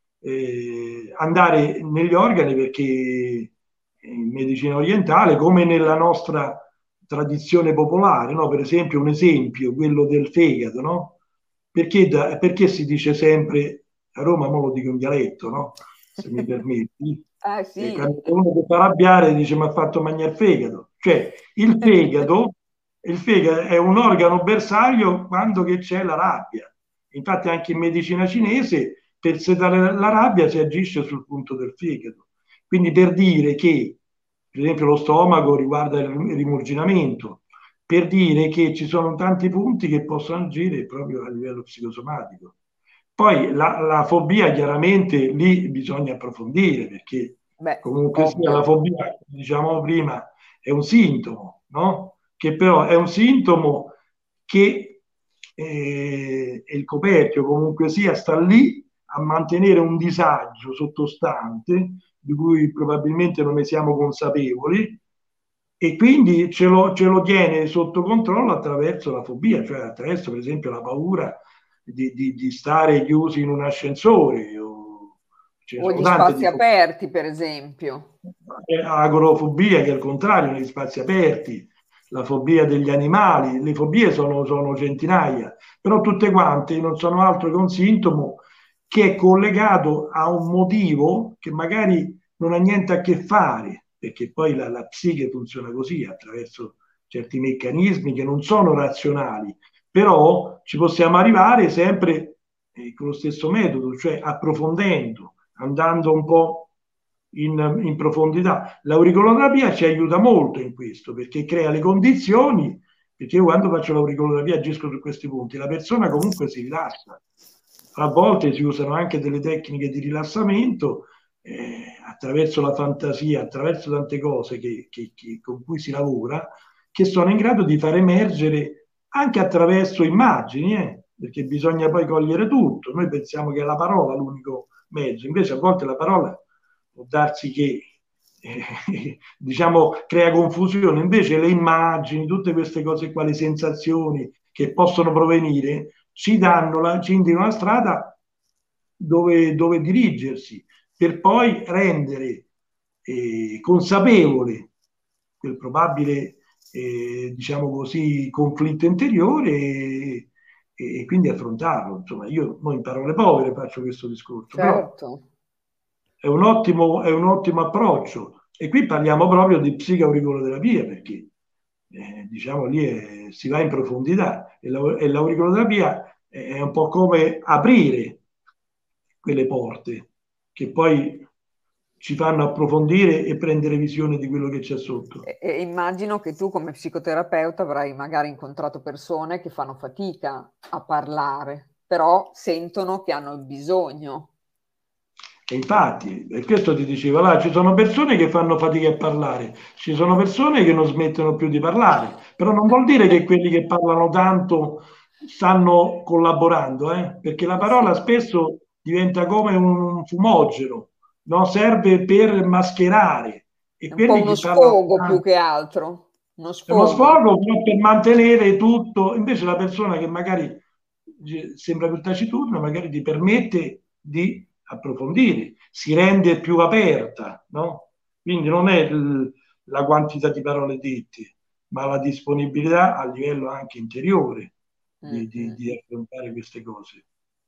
eh, andare negli organi, perché in medicina orientale, come nella nostra tradizione popolare, no? Per esempio, un esempio, quello del fegato, no? Perché, da, perché si dice sempre, a Roma mo lo dico in dialetto, no? Se mi permetti, ah, sì. e quando uno che fa arrabbiare dice mi ha fatto mangiare il fegato, cioè il fegato, il fegato è un organo bersaglio quando che c'è la rabbia. Infatti anche in medicina cinese per sedare la rabbia si agisce sul punto del fegato. Quindi per dire che, per esempio, lo stomaco riguarda il rimurginamento, per dire che ci sono tanti punti che possono agire proprio a livello psicosomatico. Poi la, la fobia chiaramente lì bisogna approfondire, perché Beh, comunque sia la ovvio. fobia, diciamo prima, è un sintomo, no? Che però è un sintomo che eh, il coperchio comunque sia sta lì a mantenere un disagio sottostante di cui probabilmente non ne siamo consapevoli e quindi ce lo, ce lo tiene sotto controllo attraverso la fobia, cioè attraverso per esempio la paura di, di, di stare chiusi in un ascensore. O, ce ne O sono gli tante spazi di fobie. aperti, per esempio. Agorafobia, che è il contrario, negli spazi aperti, la fobia degli animali, le fobie sono, sono centinaia, però tutte quante non sono altro che un sintomo che è collegato a un motivo che magari non ha niente a che fare, perché poi la, la psiche funziona così, attraverso certi meccanismi che non sono razionali, però ci possiamo arrivare sempre eh, con lo stesso metodo, cioè approfondendo, andando un po' in, in profondità. L'auriculoterapia ci aiuta molto in questo perché crea le condizioni, perché io quando faccio l'auriculoterapia agisco su questi punti, la persona comunque si rilassa. A volte si usano anche delle tecniche di rilassamento eh, attraverso la fantasia, attraverso tante cose che, che, che, con cui si lavora, che sono in grado di far emergere anche attraverso immagini, eh, perché bisogna poi cogliere tutto. Noi pensiamo che è la parola l'unico mezzo, invece a volte la parola può darsi che eh, diciamo crea confusione, invece le immagini, tutte queste cose qua, le sensazioni che possono provenire, ci danno la, ci indicano la strada dove, dove dirigersi per poi rendere eh, consapevole quel probabile eh, diciamo così conflitto interiore e, e quindi affrontarlo. Insomma, io in parole povere faccio questo discorso, però Certo. è un ottimo, è un ottimo approccio. E qui parliamo proprio di psicoauriculoterapia perché eh, diciamo lì è, si va in profondità e, la, e l'auriculoterapia è un po' come aprire quelle porte che poi ci fanno approfondire e prendere visione di quello che c'è sotto. E, e immagino che tu come psicoterapeuta avrai magari incontrato persone che fanno fatica a parlare, però sentono che hanno il bisogno. E infatti, per questo ti dicevo, là, ci sono persone che fanno fatica a parlare, ci sono persone che non smettono più di parlare, però non vuol dire che quelli che parlano tanto stanno collaborando, eh? Perché la parola spesso diventa come un fumogeno, no? Serve per mascherare e È un po' quelli uno che parlano sfogo più tanto che altro, uno è uno sfogo. sfogo però per mantenere tutto, invece la persona che magari eh, sembra più taciturna, magari ti permette di approfondire, si rende più aperta, no? Quindi non è il- la quantità di parole dette, ma la disponibilità a livello anche interiore Mm, di, di- mm. di affrontare queste cose.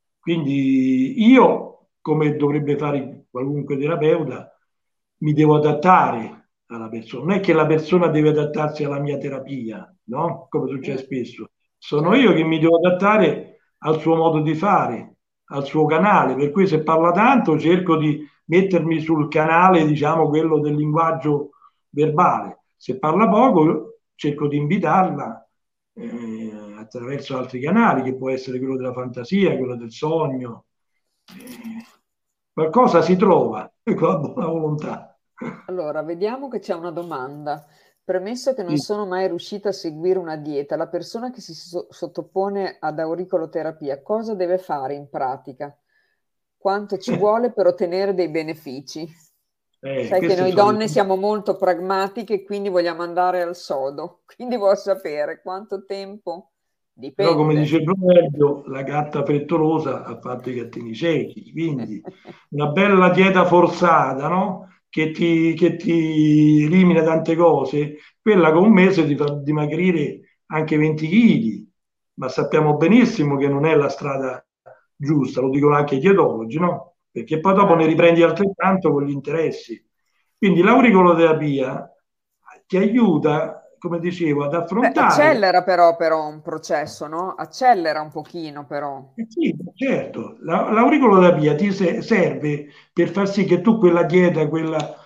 Quindi io, come dovrebbe fare qualunque terapeuta, mi devo adattare alla persona. Non è che la persona deve adattarsi alla mia terapia, no? Come succede Mm, spesso. Sono io certo. che mi devo adattare al suo modo di fare, al suo canale. Per cui se parla tanto cerco di mettermi sul canale, diciamo, quello del linguaggio verbale. Se parla poco, cerco di invitarla eh, attraverso altri canali, che può essere quello della fantasia, quello del sogno. Eh, qualcosa si trova con la buona volontà. Allora, vediamo che c'è una domanda. Premesso che non Sì. sono mai riuscita a seguire una dieta, la persona che si so- sottopone ad auricoloterapia cosa deve fare in pratica? Quanto ci vuole per ottenere dei benefici? Eh, Sai che questo è il noi solito. donne siamo molto pragmatiche e quindi vogliamo andare al sodo. Quindi vuoi sapere quanto tempo? Però, come Dipende. dice il proverbio, la gatta frettolosa ha fatto i gattini ciechi. Quindi una bella dieta forzata, no? Che ti, che ti elimina tante cose, quella con un mese ti fa dimagrire anche venti chili. Ma sappiamo benissimo che non è la strada giusta, lo dicono anche i dietologi, no? Perché poi dopo ne Certo. riprendi altrettanto con gli interessi. Quindi l'auricoloterapia ti aiuta, come dicevo, ad Beh, affrontare. accelera però, però un processo, no? Accelera un pochino però. Eh sì, certo, la, l'auriculoterapia ti se- serve per far sì che tu quella dieta, quella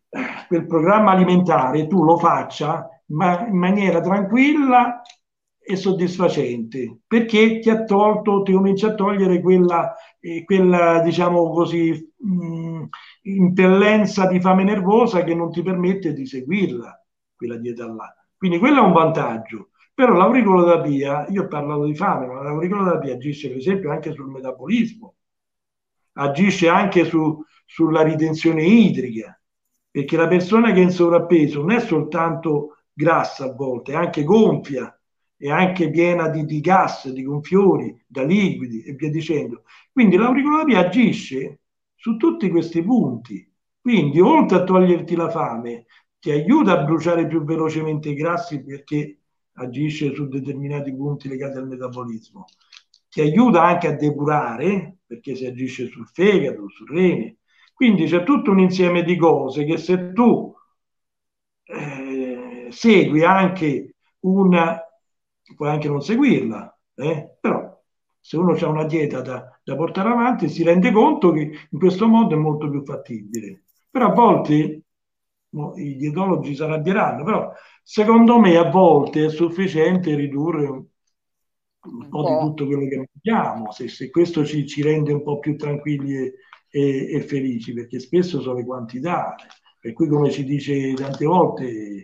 quel programma alimentare tu lo faccia ma in maniera tranquilla e soddisfacente, perché ti ha tolto, ti comincia a togliere quella, eh, quella diciamo così, mh, impellenza di fame nervosa che non ti permette di seguirla, quella dieta là. Quindi quello è un vantaggio. Però l'auriculoterapia, io ho parlato di fame, ma l'auriculoterapia agisce per esempio anche sul metabolismo, agisce anche su, sulla ritenzione idrica, perché la persona che è in sovrappeso non è soltanto grassa a volte, è anche gonfia, è anche piena di, di gas, di gonfiori, da liquidi e via dicendo. Quindi l'auriculoterapia agisce su tutti questi punti. Quindi oltre a toglierti la fame, ti aiuta a bruciare più velocemente i grassi perché agisce su determinati punti legati al metabolismo. Ti aiuta anche a depurare perché si agisce sul fegato, sul rene. Quindi c'è tutto un insieme di cose che se tu eh, segui anche una, puoi anche non seguirla, eh? Però se uno ha una dieta da, da portare avanti si rende conto che in questo modo è molto più fattibile. Però a volte no, i dietologi si arrabbieranno, però secondo me a volte è sufficiente ridurre un, un po' di tutto quello che mangiamo, se, se questo ci, ci rende un po' più tranquilli e, e, e felici, perché spesso sono le quantità, per cui come ci dice tante volte eh,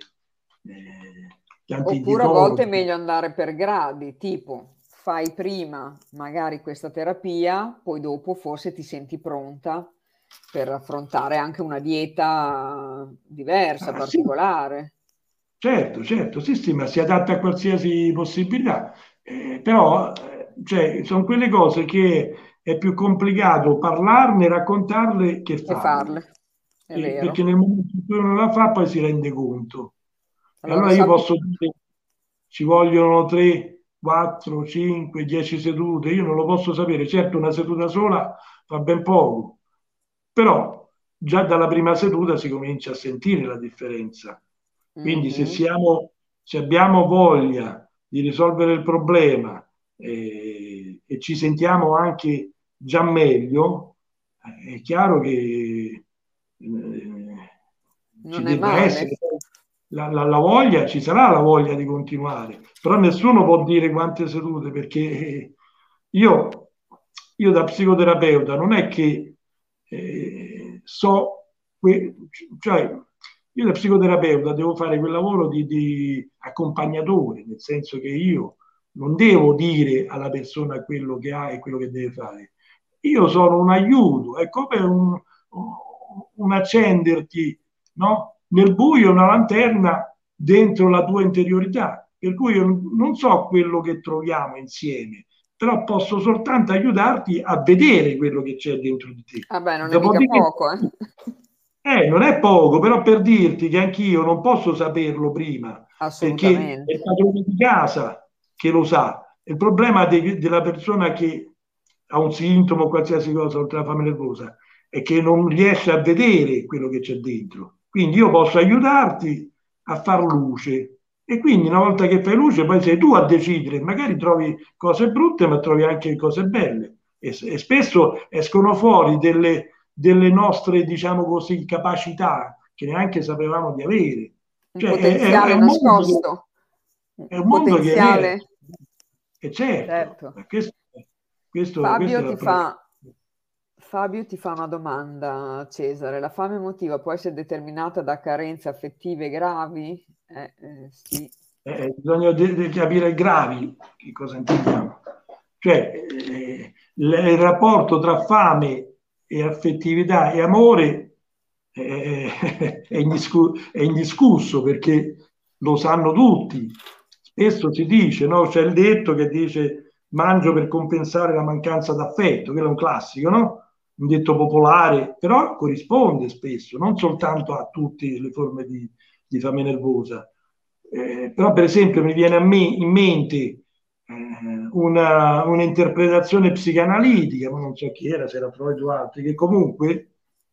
tanti oppure a volte è dietologi. meglio andare per gradi, tipo fai prima magari questa terapia, poi dopo forse ti senti pronta per affrontare anche una dieta diversa, Ah, sì, particolare. certo, certo, sì, sì, ma si adatta a qualsiasi possibilità. Eh, però eh, cioè, sono quelle cose che è più complicato parlarne, raccontarle che E farle. farle, è Sì, perché vero. nel momento in cui uno la fa poi si rende conto. E Allora allora io sappi, posso dire ci vogliono tre, quattro, cinque, dieci sedute, io non lo posso sapere. Certo, una seduta sola fa ben poco, però già dalla prima seduta si comincia a sentire la differenza. Quindi se, mhm, siamo, se abbiamo voglia di risolvere il problema eh, e ci sentiamo anche già meglio, eh, è chiaro che eh, ci non è debba male. essere la, la- la voglia, ci sarà la voglia di continuare, però nessuno può dire quante sedute perché io, io da psicoterapeuta non è che eh, so, que- cioè io da psicoterapeuta devo fare quel lavoro di, di accompagnatore, nel senso che io non devo dire alla persona quello che ha e quello che deve fare. Io sono un aiuto, è come un, un accenderti, no? Nel buio una lanterna dentro la tua interiorità. Per cui io non so quello che troviamo insieme, però posso soltanto aiutarti a vedere quello che c'è dentro di te. Vabbè, non è mica Dopodiché, poco, eh. eh, non è poco, però per dirti che anch'io non posso saperlo prima, perché è il Assolutamente. padrone di casa che lo sa. Il problema de- della persona che ha un sintomo o qualsiasi cosa oltre alla fame nervosa è che non riesce a vedere quello che c'è dentro. Quindi io posso aiutarti a far luce e quindi una volta che fai luce poi sei tu a decidere, magari trovi cose brutte ma trovi anche cose belle e, e spesso escono fuori delle, delle nostre, diciamo così, capacità che neanche sapevamo di avere. Un Cioè è, è- è potenziale un mondo che, nascosto, è un un mondo che emerge. potenziale, E certo, certo. questo, questo, questo è Fabio il ti problema. fa, Fabio ti fa una domanda, Cesare. La fame emotiva può essere determinata da carenze affettive gravi? Eh, eh, sì. Eh, bisogna de- de- capire gravi che cosa intendiamo. Cioè, eh, il, il rapporto tra fame e affettività e amore eh, è, indiscu- è indiscusso perché lo sanno tutti. Spesso si dice, no? C'è il detto che dice mangio per compensare la mancanza d'affetto, quello è un classico, no? Un detto popolare, però corrisponde spesso, non soltanto a tutte le forme di, di fame nervosa. Eh, però per esempio mi viene a me in mente eh, una, un'interpretazione psicanalitica, ma non so chi era, se era Freud o altri, che comunque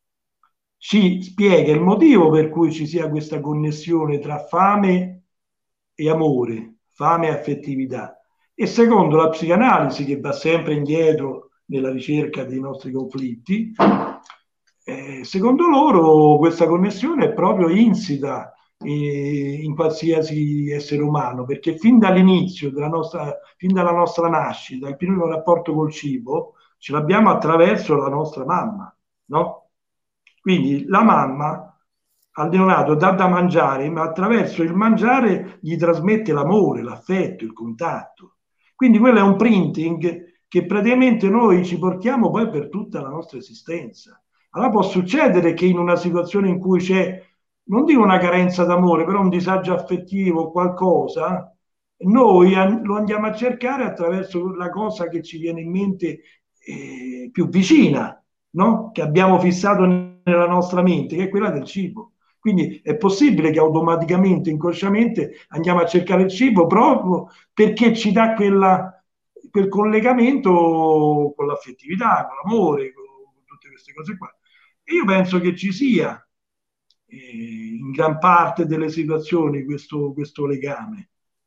ci spiega il motivo per cui ci sia questa connessione tra fame e amore, fame e affettività. E secondo la psicanalisi, che va sempre indietro nella ricerca dei nostri conflitti, Eh, secondo loro questa connessione è proprio insita eh, in qualsiasi essere umano, perché fin dall'inizio della nostra, fin dalla nostra nascita, il primo rapporto col cibo ce l'abbiamo attraverso la nostra mamma, no? Quindi la mamma al neonato dà da mangiare, ma attraverso il mangiare gli trasmette l'amore, l'affetto, il contatto. Quindi quello è un printing che praticamente noi ci portiamo poi per tutta la nostra esistenza. Allora può succedere che in una situazione in cui c'è, non dico una carenza d'amore, però un disagio affettivo, qualcosa, noi lo andiamo a cercare attraverso la cosa che ci viene in mente eh, più vicina, no? Che abbiamo fissato nella nostra mente, che è quella del cibo. Quindi è possibile che automaticamente, inconsciamente, andiamo a cercare il cibo proprio perché ci dà quella, quel collegamento con l'affettività, con l'amore, con tutte queste cose qua. E io penso che ci sia eh, in gran parte delle situazioni questo, questo legame.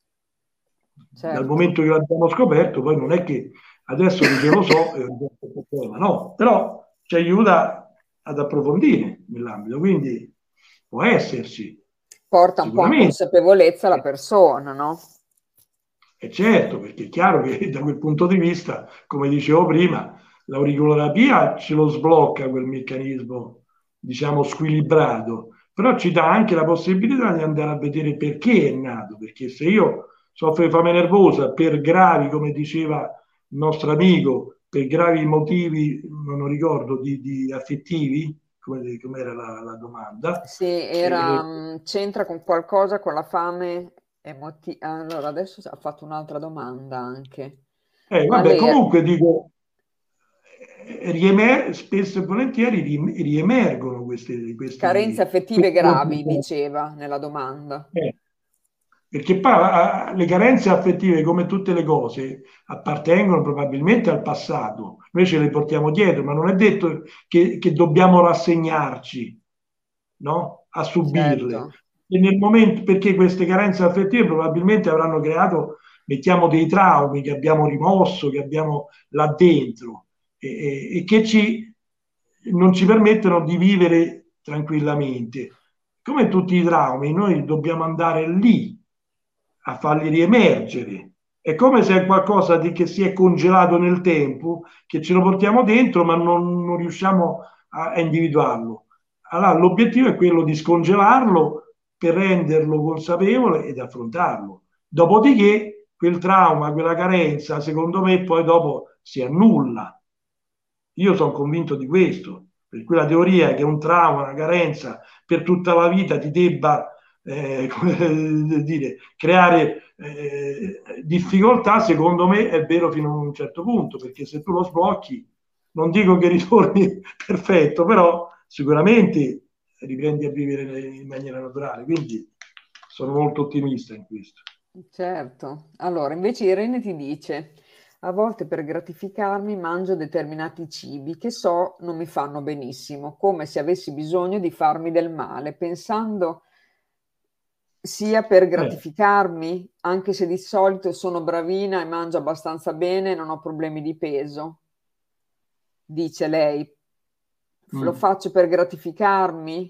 Dal Certo. momento che l'abbiamo scoperto, poi non è che adesso che ce lo so, è un problema, no, però ci aiuta ad approfondire nell'ambito, quindi può esserci, Porta un po' a sicuramente. consapevolezza la persona, no? E certo, perché è chiaro che da quel punto di vista, come dicevo prima, l'auriculoterapia ce lo sblocca quel meccanismo, diciamo, squilibrato, però ci dà anche la possibilità di andare a vedere perché è nato, perché se io soffro di fame nervosa per gravi, come diceva il nostro amico, per gravi motivi, non lo ricordo, di, di affettivi, come, come era la, la domanda, Sì, era, eh, mh, c'entra con qualcosa con la fame emotiva. Allora, adesso ha fatto un'altra domanda anche. eh, Qual vabbè, era? comunque dico, eh, riemer- spesso e volentieri ri- riemergono questi, Carenze questi, affettive questi gravi, comportamenti. diceva nella domanda. Eh, perché poi a- le carenze affettive, come tutte le cose, appartengono probabilmente al passato. Noi ce le portiamo dietro, ma non è detto che, che dobbiamo rassegnarci, no? A subirle. Certo, E nel momento, perché queste carenze affettive probabilmente avranno creato, mettiamo, dei traumi che abbiamo rimosso, che abbiamo là dentro e, e- e che ci, non ci permettono di vivere tranquillamente. Come tutti i traumi, noi dobbiamo andare lì a farli riemergere. È come se è qualcosa di, che si è congelato nel tempo, che ce lo portiamo dentro, ma non, non riusciamo a, a individuarlo. Allora, l'obiettivo è quello di scongelarlo per renderlo consapevole ed affrontarlo. Dopodiché, quel trauma, quella carenza, secondo me, poi dopo si annulla. Io sono convinto di questo, per cui la teoria che un trauma, una carenza per tutta la vita ti debba eh, come dire, creare eh, difficoltà, secondo me è vero fino a un certo punto, perché se tu lo sblocchi, non dico che ritorni perfetto, però sicuramente riprendi a vivere in maniera naturale, quindi sono molto ottimista in questo. certo. Allora, invece Irene ti dice, a volte per gratificarmi mangio determinati cibi che so non mi fanno benissimo, come se avessi bisogno di farmi del male, pensando sia per Eh, gratificarmi, anche se di solito sono bravina e mangio abbastanza bene e non ho problemi di peso, dice lei. Lo mm. faccio per gratificarmi?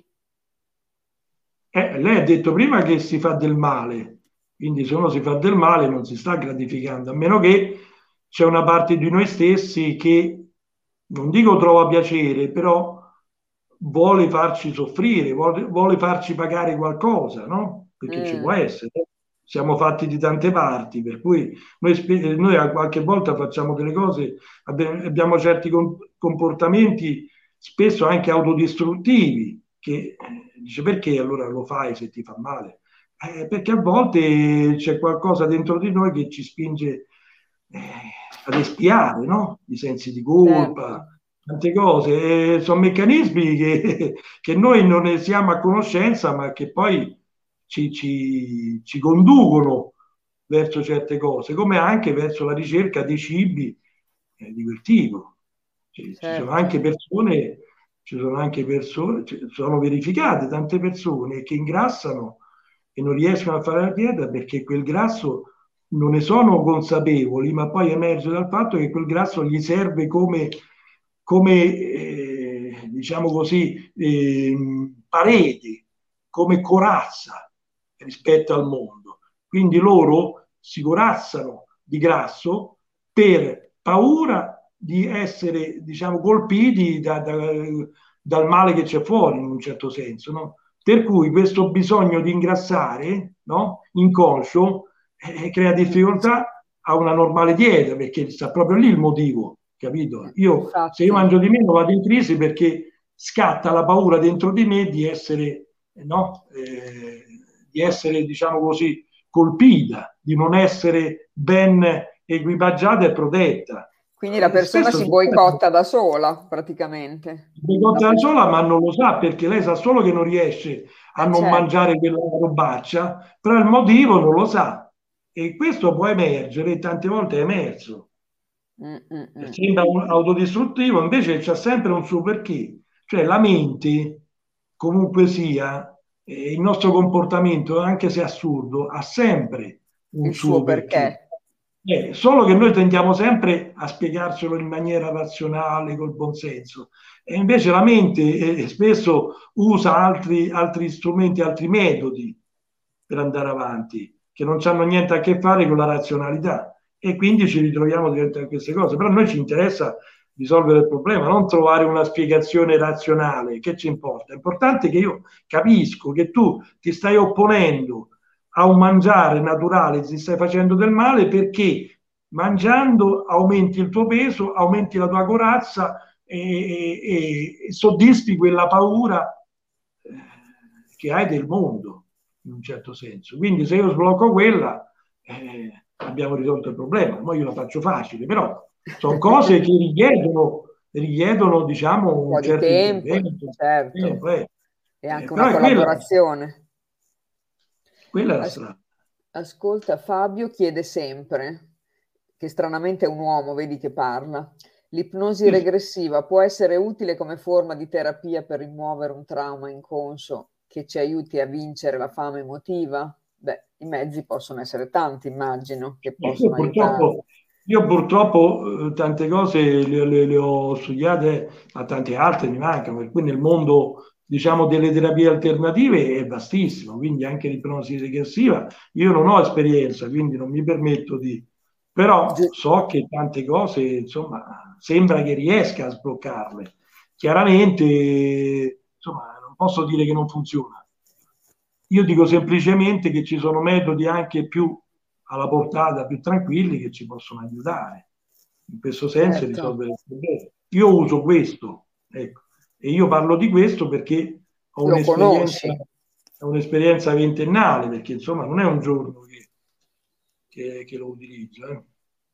Eh, lei ha detto prima che si fa del male, quindi se uno si fa del male non si sta gratificando, a meno che c'è una parte di noi stessi che, non dico trova piacere, però vuole farci soffrire, vuole, vuole farci pagare qualcosa, no? Perché ci può Mm, essere. Siamo fatti di tante parti, per cui noi, noi a qualche volta facciamo delle cose, abbiamo certi comportamenti spesso anche autodistruttivi, che dice perché allora lo fai se ti fa male? Eh, perché a volte c'è qualcosa dentro di noi che ci spinge eh, ad espiare, no? I sensi di colpa, certo, tante cose. E sono meccanismi che, che noi non ne siamo a conoscenza, ma che poi ci, ci, ci conducono verso certe cose, come anche verso la ricerca dei cibi eh, di quel tipo. Ci, ci sono certo, anche persone, ci sono anche persone, ci sono verificate tante persone che ingrassano e non riescono a fare la dieta perché quel grasso non ne sono consapevoli, ma poi emerge dal fatto che quel grasso gli serve come, come eh, diciamo così, eh, parete, come corazza rispetto al mondo. Quindi loro si corazzano di grasso per paura di essere, diciamo, colpiti da, da, dal male che c'è fuori, in un certo senso, no? Per cui questo bisogno di ingrassare, no? Inconscio, eh, crea difficoltà a una normale dieta, perché sta proprio lì il motivo, capito? Io, Infatti. se io mangio di meno, vado in crisi perché scatta la paura dentro di me di essere, no? Eh, di essere, diciamo così, colpita, di non essere ben equipaggiata e protetta. Quindi la persona si boicotta da sola, praticamente. Si boicotta da sola, ma non lo sa, perché lei sa solo che non riesce a Eh, non certo. mangiare quella robaccia, però il motivo non lo sa. E questo può emergere, tante volte è emerso. Mm, mm, mm. Sembra un autodistruttivo, invece c'è sempre un suo perché. Cioè la mente, comunque sia, eh, il nostro comportamento, anche se assurdo, ha sempre un Il suo suo perché. perché. Eh, solo che noi tendiamo sempre a spiegarcelo in maniera razionale, col buonsenso. E invece la mente eh, spesso usa altri, altri strumenti, altri metodi per andare avanti, che non hanno niente a che fare con la razionalità. E quindi ci ritroviamo dentro a queste cose. Però a noi ci interessa risolvere il problema, non trovare una spiegazione razionale. Che ci importa? È importante che io capisco che tu ti stai opponendo a un mangiare naturale, ti stai facendo del male, perché mangiando aumenti il tuo peso, aumenti la tua corazza e, e, e soddisfi quella paura eh, che hai del mondo, in un certo senso. Quindi se io sblocco quella, eh, abbiamo risolto il problema. Poi io la faccio facile, però sono cose che richiedono, richiedono diciamo, un po' un di certo tempo, intervento. certo, Tempo, eh. e Eh, anche però una è quella, collaborazione. quella è la As- strada. Ascolta, Fabio chiede sempre, che stranamente è un uomo, vedi che parla, l'ipnosi regressiva può essere utile come forma di terapia per rimuovere un trauma inconscio che ci aiuti a vincere la fame emotiva? Beh, i mezzi possono essere tanti, immagino, che Eh, Io possono aiutare. purtroppo, io purtroppo eh, tante cose le, le- le ho studiate, ma tante altre mi mancano, per cui nel mondo, diciamo, delle terapie alternative è vastissimo, quindi anche l'ipnosi regressiva. Io non ho esperienza, quindi non mi permetto di... Però Giu- so che tante cose, insomma, sembra che riesca a sbloccarle. Chiaramente, insomma, non posso dire che non funziona. Io dico semplicemente che ci sono metodi anche più alla portata, più tranquilli, che ci possono aiutare in questo senso a certo, risolvere il problema. Io uso questo, ecco, e io parlo di questo perché ho lo un'esperienza, conosci, un'esperienza ventennale, perché insomma non è un giorno che, che, che lo utilizzo. Eh.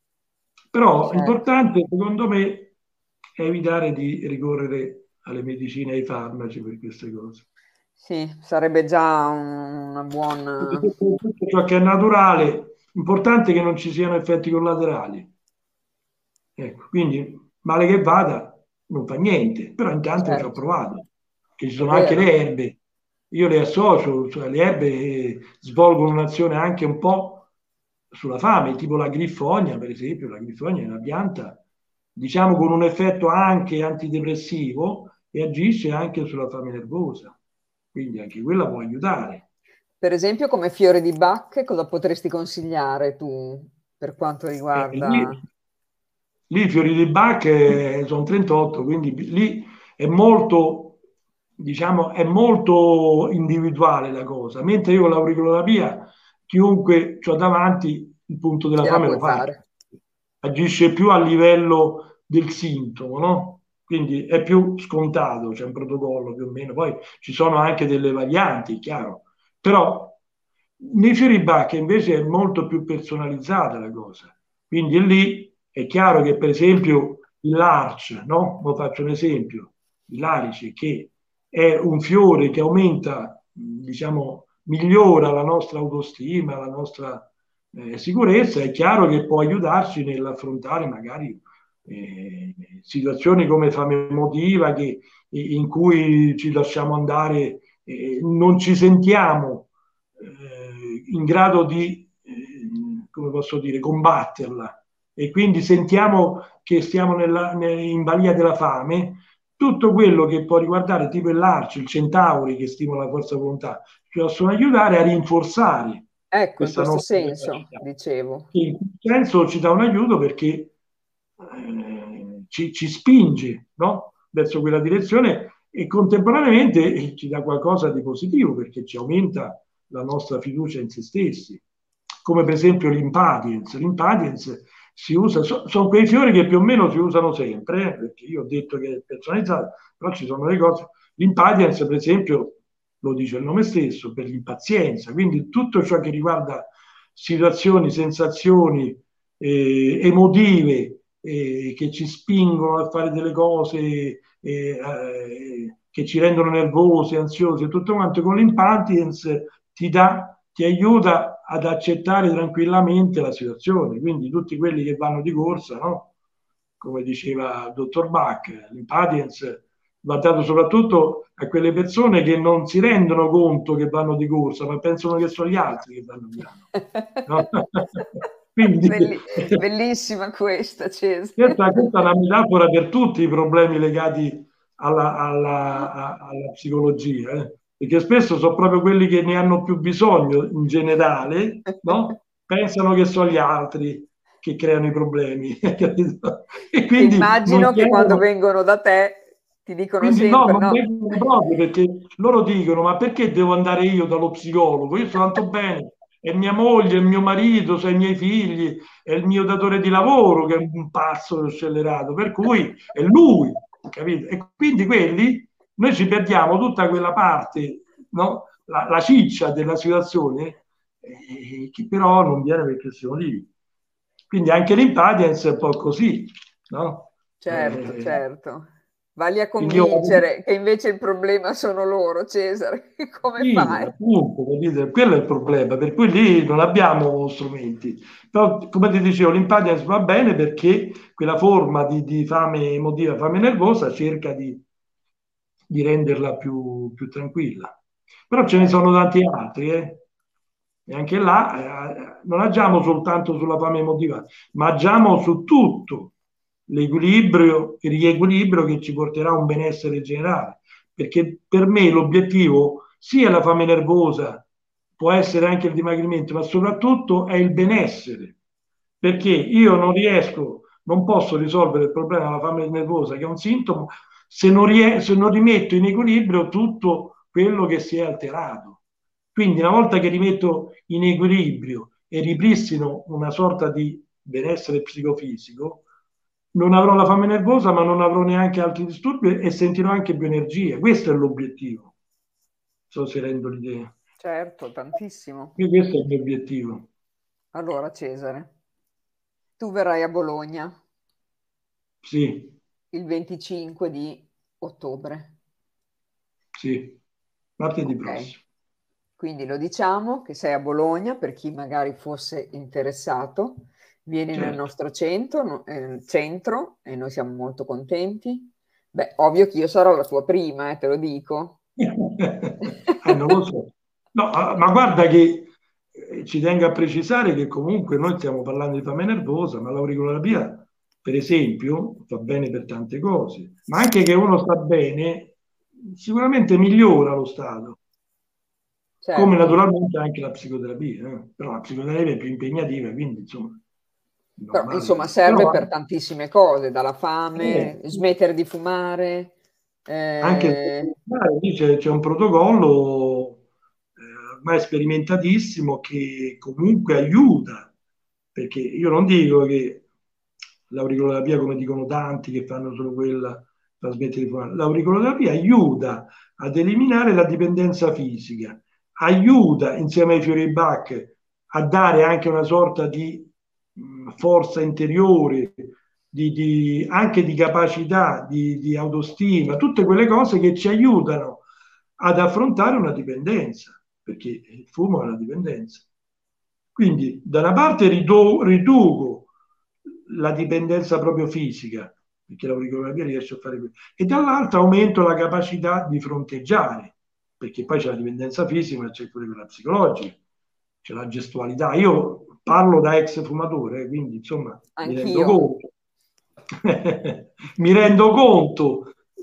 Però certo. l'importante, secondo me, è evitare di ricorrere alle medicine e ai farmaci per queste cose. Sì, sarebbe già un- una buona... Tutto ciò che è naturale, importante è che non ci siano effetti collaterali. Ecco, quindi male che vada, non fa niente, però intanto ci ho Certo, provato, che ci è sono anche vero. le erbe, io le associo, cioè le erbe eh, svolgono un'azione anche un po' sulla fame, tipo la grifogna, per esempio, la grifogna è una pianta, diciamo con un effetto anche antidepressivo e agisce anche sulla fame nervosa, quindi anche quella può aiutare. Per esempio, come fiore di Bach, cosa potresti consigliare tu per quanto Eh, lì, riguarda... lì i fiori di Bach eh, sono trentotto, quindi lì è molto, diciamo, è molto individuale la cosa. Mentre io con l'auricolterapia, chiunque ho davanti, il punto della gliela fame puoi lo fa. fare? Agisce più a livello del sintomo, no? Quindi è più scontato, c'è un protocollo più o meno. Poi ci sono anche delle varianti, chiaro. Però nei fiori Bach invece è molto più personalizzata la cosa. Quindi lì è chiaro che per esempio il larch, no? Lo faccio un esempio, il larice, che è un fiore che aumenta, diciamo, migliora la nostra autostima, la nostra eh, sicurezza, è chiaro che può aiutarci nell'affrontare magari eh, situazioni come fame emotiva che, in cui ci lasciamo andare, eh, non ci sentiamo eh, in grado di, eh, come posso dire, combatterla e quindi sentiamo che stiamo nella, in balia della fame, tutto quello che può riguardare tipo il l'Arci, il Centauri che stimola la forza volontà, ci possono aiutare a rinforzare Ecco, in questa questo nostra senso, capacità. dicevo. Che in questo senso ci dà un aiuto perché eh, ci, ci spinge, no? Verso quella direzione e contemporaneamente ci dà qualcosa di positivo perché ci aumenta la nostra fiducia in se stessi, come per esempio l'impatience. L'impatience si usa, so, sono quei fiori che più o meno si usano sempre, eh, perché io ho detto che è personalizzato, però ci sono delle cose. L'impatience, per esempio, lo dice il nome stesso, per l'impazienza, quindi tutto ciò che riguarda situazioni, sensazioni eh, emotive eh, che ci spingono a fare delle cose eh, eh, che ci rendono nervosi, ansiosi e tutto quanto, con l'impatience ti dà, ti aiuta ad accettare tranquillamente la situazione. Quindi tutti quelli che vanno di corsa, no? Come diceva il dottor Bach, l'impatience va dato soprattutto a quelle persone che non si rendono conto che vanno di corsa, ma pensano che sono gli altri che vanno piano. No? Quindi Belli- bellissima questa, Cesare. questa, questa è una metafora per tutti i problemi legati alla, alla, a- alla psicologia, eh? Perché spesso sono proprio quelli che ne hanno più bisogno in generale, no? Pensano che sono gli altri che creano i problemi, capito? E Che quindi non immagino che quando chiedono. vengono da te ti dicono Quindi no, sempre non no. vengono proprio perché loro dicono: ma perché devo andare io dallo psicologo? Io sto tanto bene, è mia moglie, è mio marito, sono i miei figli, è il mio datore di lavoro che è un pazzo scellerato, per cui è lui, capito? E quindi quelli, noi ci perdiamo tutta quella parte, no? La, la ciccia della situazione, eh, che però non viene perché siamo lì. Quindi anche l'impatience è un po' così, no? Certo, Eh, certo. Valli a quindi io convincere che invece il problema sono loro, Cesare. Come sì, fai? appunto, capite? Quello è il problema, per cui lì non abbiamo strumenti. Però, come ti dicevo, l'impatience va bene perché quella forma di, di fame emotiva, fame nervosa, cerca di, di renderla più, più tranquilla. Però ce ne Certo. sono tanti altri, eh? E anche là eh, non agiamo soltanto sulla fame emotiva, ma agiamo su tutto l'equilibrio, il riequilibrio che ci porterà a un benessere generale. Perché per me l'obiettivo sia la fame nervosa, può essere anche il dimagrimento, ma soprattutto è il benessere. Perché io non riesco, non posso risolvere il problema della fame nervosa, che è un sintomo, se non, ries- se non rimetto in equilibrio tutto quello che si è alterato. Quindi una volta che rimetto in equilibrio e ripristino una sorta di benessere psicofisico, non avrò la fame nervosa, ma non avrò neanche altri disturbi e sentirò anche più energia. Questo è l'obiettivo. So se rendo l'idea. Certo, tantissimo. Quindi questo è il mio obiettivo. Allora, Cesare, tu verrai a Bologna Sì, il venticinque di ottobre. sì, martedì Ok, prossimo. quindi lo diciamo che sei a Bologna per chi magari fosse interessato. Vieni nel Certo. nostro centro, no- eh, centro e noi siamo molto contenti. Beh, ovvio che io sarò la tua prima, eh, te lo dico. Eh, non lo so. No, ah, ma guarda che eh, ci tengo a precisare che comunque noi stiamo parlando di fame nervosa, ma l'auricolabia, per esempio, va bene per tante cose, ma anche che uno sta bene, sicuramente migliora lo stato, come Certo, naturalmente anche la psicoterapia, eh. Però la psicoterapia è più impegnativa, quindi insomma, è però normale insomma che. Però serve per tantissime cose, dalla eh, fame, smettere di fumare, anche eh, lì c'è, c'è un protocollo eh, ormai sperimentatissimo che comunque aiuta, perché io non dico che l'auricolterapia, come dicono tanti che fanno solo quella, fa smettere di fumare, l'auricolterapia aiuta ad eliminare la dipendenza fisica, aiuta insieme ai fiori Bach a dare anche una sorta di mh, forza interiore, di, di, anche di capacità, di, di autostima, tutte quelle cose che ci aiutano ad affrontare una dipendenza, perché il fumo è una dipendenza. Quindi da una parte ridu- riduco la dipendenza proprio fisica, perché l'auricolabia riesce a fare questo, e dall'altra aumento la capacità di fronteggiare, perché poi c'è la dipendenza fisica, ma c'è pure quella psicologica, c'è la gestualità. Io parlo da ex fumatore, quindi insomma mi rendo anch'io. conto, mi rendo conto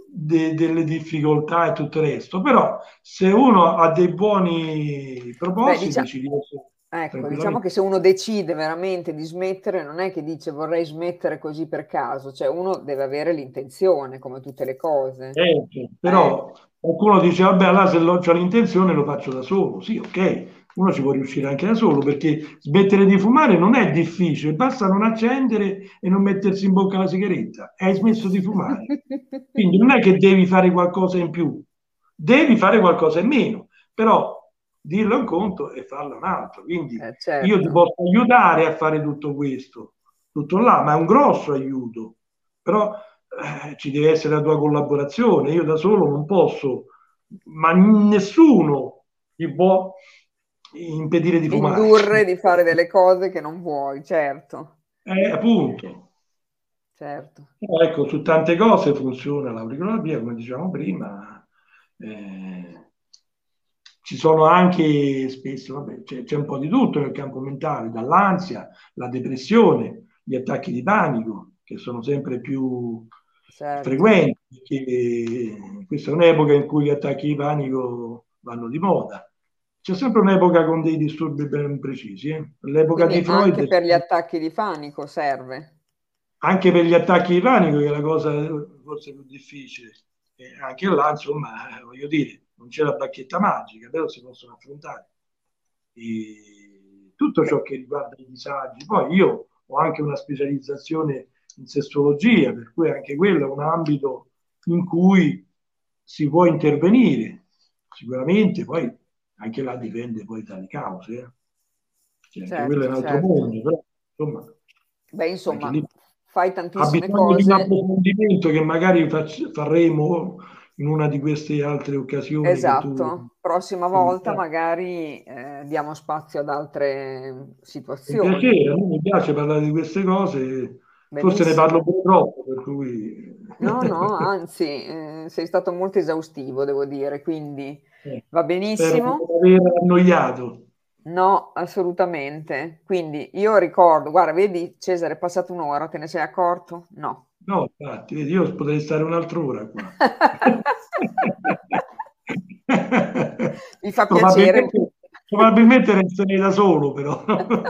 de, delle difficoltà e tutto il resto, però se uno ha dei buoni Beh, propositi diciamo, ci riesce ecco, diciamo tranquillamente. che se uno decide veramente di smettere, non è che dice vorrei smettere così per caso, cioè uno deve avere l'intenzione, come tutte le cose. Certo, Eh, però qualcuno dice, vabbè, allora se ho già l'intenzione lo faccio da solo. Sì, ok, uno ci può riuscire anche da solo, perché smettere di fumare non è difficile, basta non accendere e non mettersi in bocca la sigaretta, e hai smesso di fumare. Quindi non è che devi fare qualcosa in più, devi fare qualcosa in meno, però dirlo è un conto e farlo è un altro. Quindi eh, io ti certo. posso aiutare a fare tutto questo, tutto là, ma è un grosso aiuto. Però eh, ci deve essere la tua collaborazione. Io da solo non posso, ma nessuno ti può impedire di fumare. Indurre di fare delle cose che non vuoi, certo, Eh, appunto. certo. Però, ecco, su tante cose funziona l'auricolabia, come dicevamo prima. Eh, ci sono anche spesso, vabbè, c'è, c'è un po' di tutto nel campo mentale, dall'ansia, la depressione, gli attacchi di panico, che sono sempre più Certo. frequenti, perché questa è un'epoca in cui gli attacchi di panico vanno di moda. C'è sempre un'epoca con dei disturbi ben precisi. Eh. L'epoca Quindi di anche Freud, per gli attacchi di panico serve. anche per gli attacchi di panico, che è la cosa forse più difficile. E anche là, insomma, voglio dire, non c'è la bacchetta magica, però si possono affrontare e tutto ciò che riguarda i disagi. Poi io ho anche una specializzazione in sessologia, per cui anche quello è un ambito in cui si può intervenire. Sicuramente poi anche là dipende poi dalle cause. Eh. Cioè, anche quello è un Certo, altro certo. mondo, però insomma, Beh, anche insomma, lì fai ha tantissime bisogno di un cose. approfondimento che magari fac- faremo in una di queste altre occasioni che tu Esatto. Prossima volta convocherai. magari eh, diamo spazio ad altre Un situazioni. piacere, a me mi piace parlare di queste cose, forse ne parlo Benissimo. pure troppo, per cui No, no, anzi, eh, sei stato molto esaustivo, devo dire, quindi eh, va spero di benissimo. non aver annoiato. No, assolutamente. Quindi io ricordo, guarda, vedi Cesare, è passata un'ora, te ne sei accorto? No. No, infatti, vedi, io potrei stare un'altra ora qua. Mi fa piacere. Probabilmente, probabilmente resterei da solo, però.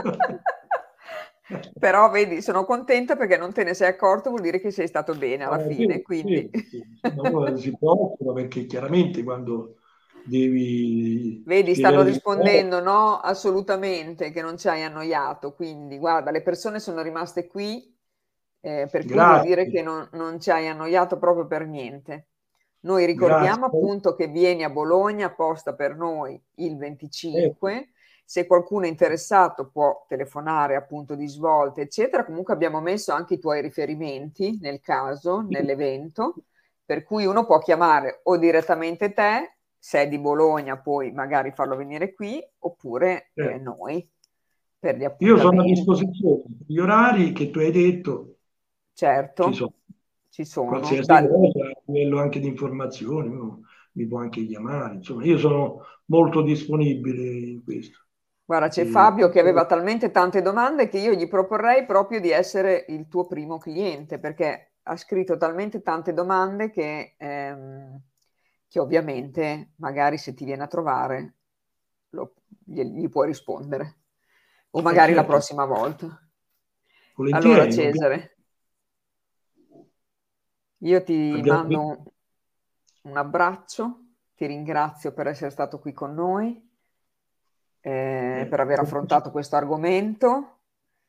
Però vedi, sono contenta perché non te ne sei accorto, vuol dire che sei stato bene alla Eh, fine, sì, quindi sì, sì, sì, ma uno si preoccupa perché chiaramente quando devi vedi, stanno spiegare delle cose, rispondendo no, assolutamente, che non ci hai annoiato, quindi guarda, le persone sono rimaste qui, eh, per cui vuol dire grazie, che non, non ci hai annoiato proprio per niente. Noi ricordiamo grazie. appunto che vieni a Bologna apposta per noi il Ecco, venticinque. Se qualcuno è interessato può telefonare appunto di svolta, eccetera. Comunque abbiamo messo anche i tuoi riferimenti nel caso, sì, nell'evento, per cui uno può chiamare o direttamente te, se è di Bologna, poi magari farlo venire qui, oppure eh, certo. noi per gli Io sono a appuntamenti. disposizione, gli orari che tu hai detto ci Certo, sono, ci sono. qualsiasi Dal- cosa, a livello anche di informazioni, uno mi può anche chiamare, insomma, io sono molto disponibile in questo. Guarda, c'è E- Fabio che aveva talmente tante domande che io gli proporrei proprio di essere il tuo primo cliente, perché ha scritto talmente tante domande che, ehm, che ovviamente magari se ti viene a trovare lo- gli, gli puoi rispondere, o eh, magari la certo, prossima volta. Allora, volentieri, ovviamente. Cesare, io ti Abbiamo mando detto, un, un abbraccio, ti ringrazio per essere stato qui con noi, eh, eh, per aver affrontato questo argomento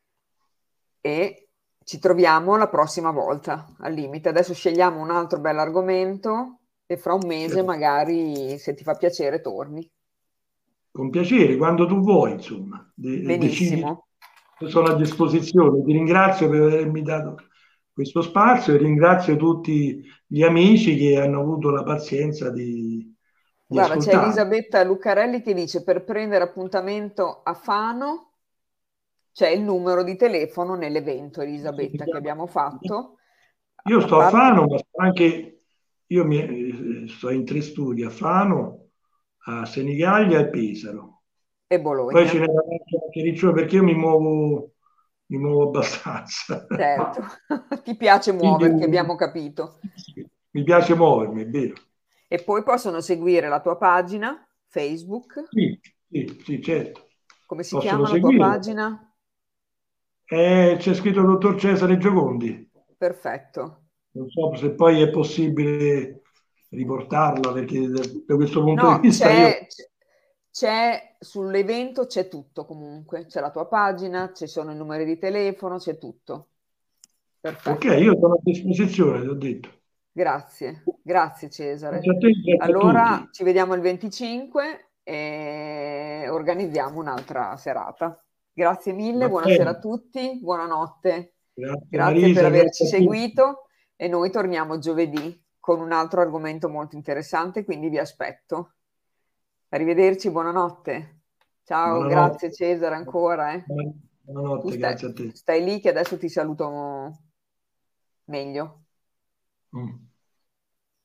e ci troviamo la prossima volta, al limite. Adesso scegliamo un altro bell'argomento e fra un mese certo, magari, se ti fa piacere, torni. con piacere, quando tu vuoi, insomma, de- decidi tu. Benissimo. Io sono a disposizione. Ti ringrazio per avermi dato questo spazio e ringrazio tutti gli amici che hanno avuto la pazienza di, di Guarda, c'è ascoltarmi. Elisabetta Lucarelli che dice per prendere appuntamento a Fano c'è il numero di telefono nell'evento, Elisabetta, che abbiamo fatto. Io A sto a parte Fano, ma sto anche io mi, eh, sto in tre studi, a Fano, a Senigallia e Pesaro. e Poi ce Bologna, n'è anche Riccione perché io mi muovo, mi muovo abbastanza. certo. Ti piace Quindi, muoverti, abbiamo capito. sì. mi piace muovermi, è vero. E poi possono seguire la tua pagina Facebook. Sì, sì, sì, certo. Come si Possono chiama la tua seguire. pagina? Eh, c'è scritto dottor Cesare Giocondi. Perfetto. Non so se poi è possibile riportarla, perché da da questo punto di No, vista io... c'è, c'è sull'evento c'è tutto comunque. C'è la tua pagina, ci sono i numeri di telefono, c'è tutto. Ok, Perfetto. io sono a disposizione, ti ho detto. Grazie, grazie Grazie Cesare. a te, grazie a Allora tutti. ci vediamo il venticinque e organizziamo un'altra serata. Grazie mille, Va buonasera bene. a tutti, buonanotte. Grazie Grazie per Marisa, averci grazie a tutti. seguito e noi torniamo giovedì con un altro argomento molto interessante, quindi vi aspetto. Arrivederci, buonanotte. Ciao, grazie Buonanotte. Cesare ancora. Eh. Tu Buonanotte, stai, grazie a te. stai lì che adesso ti saluto meglio. Mm.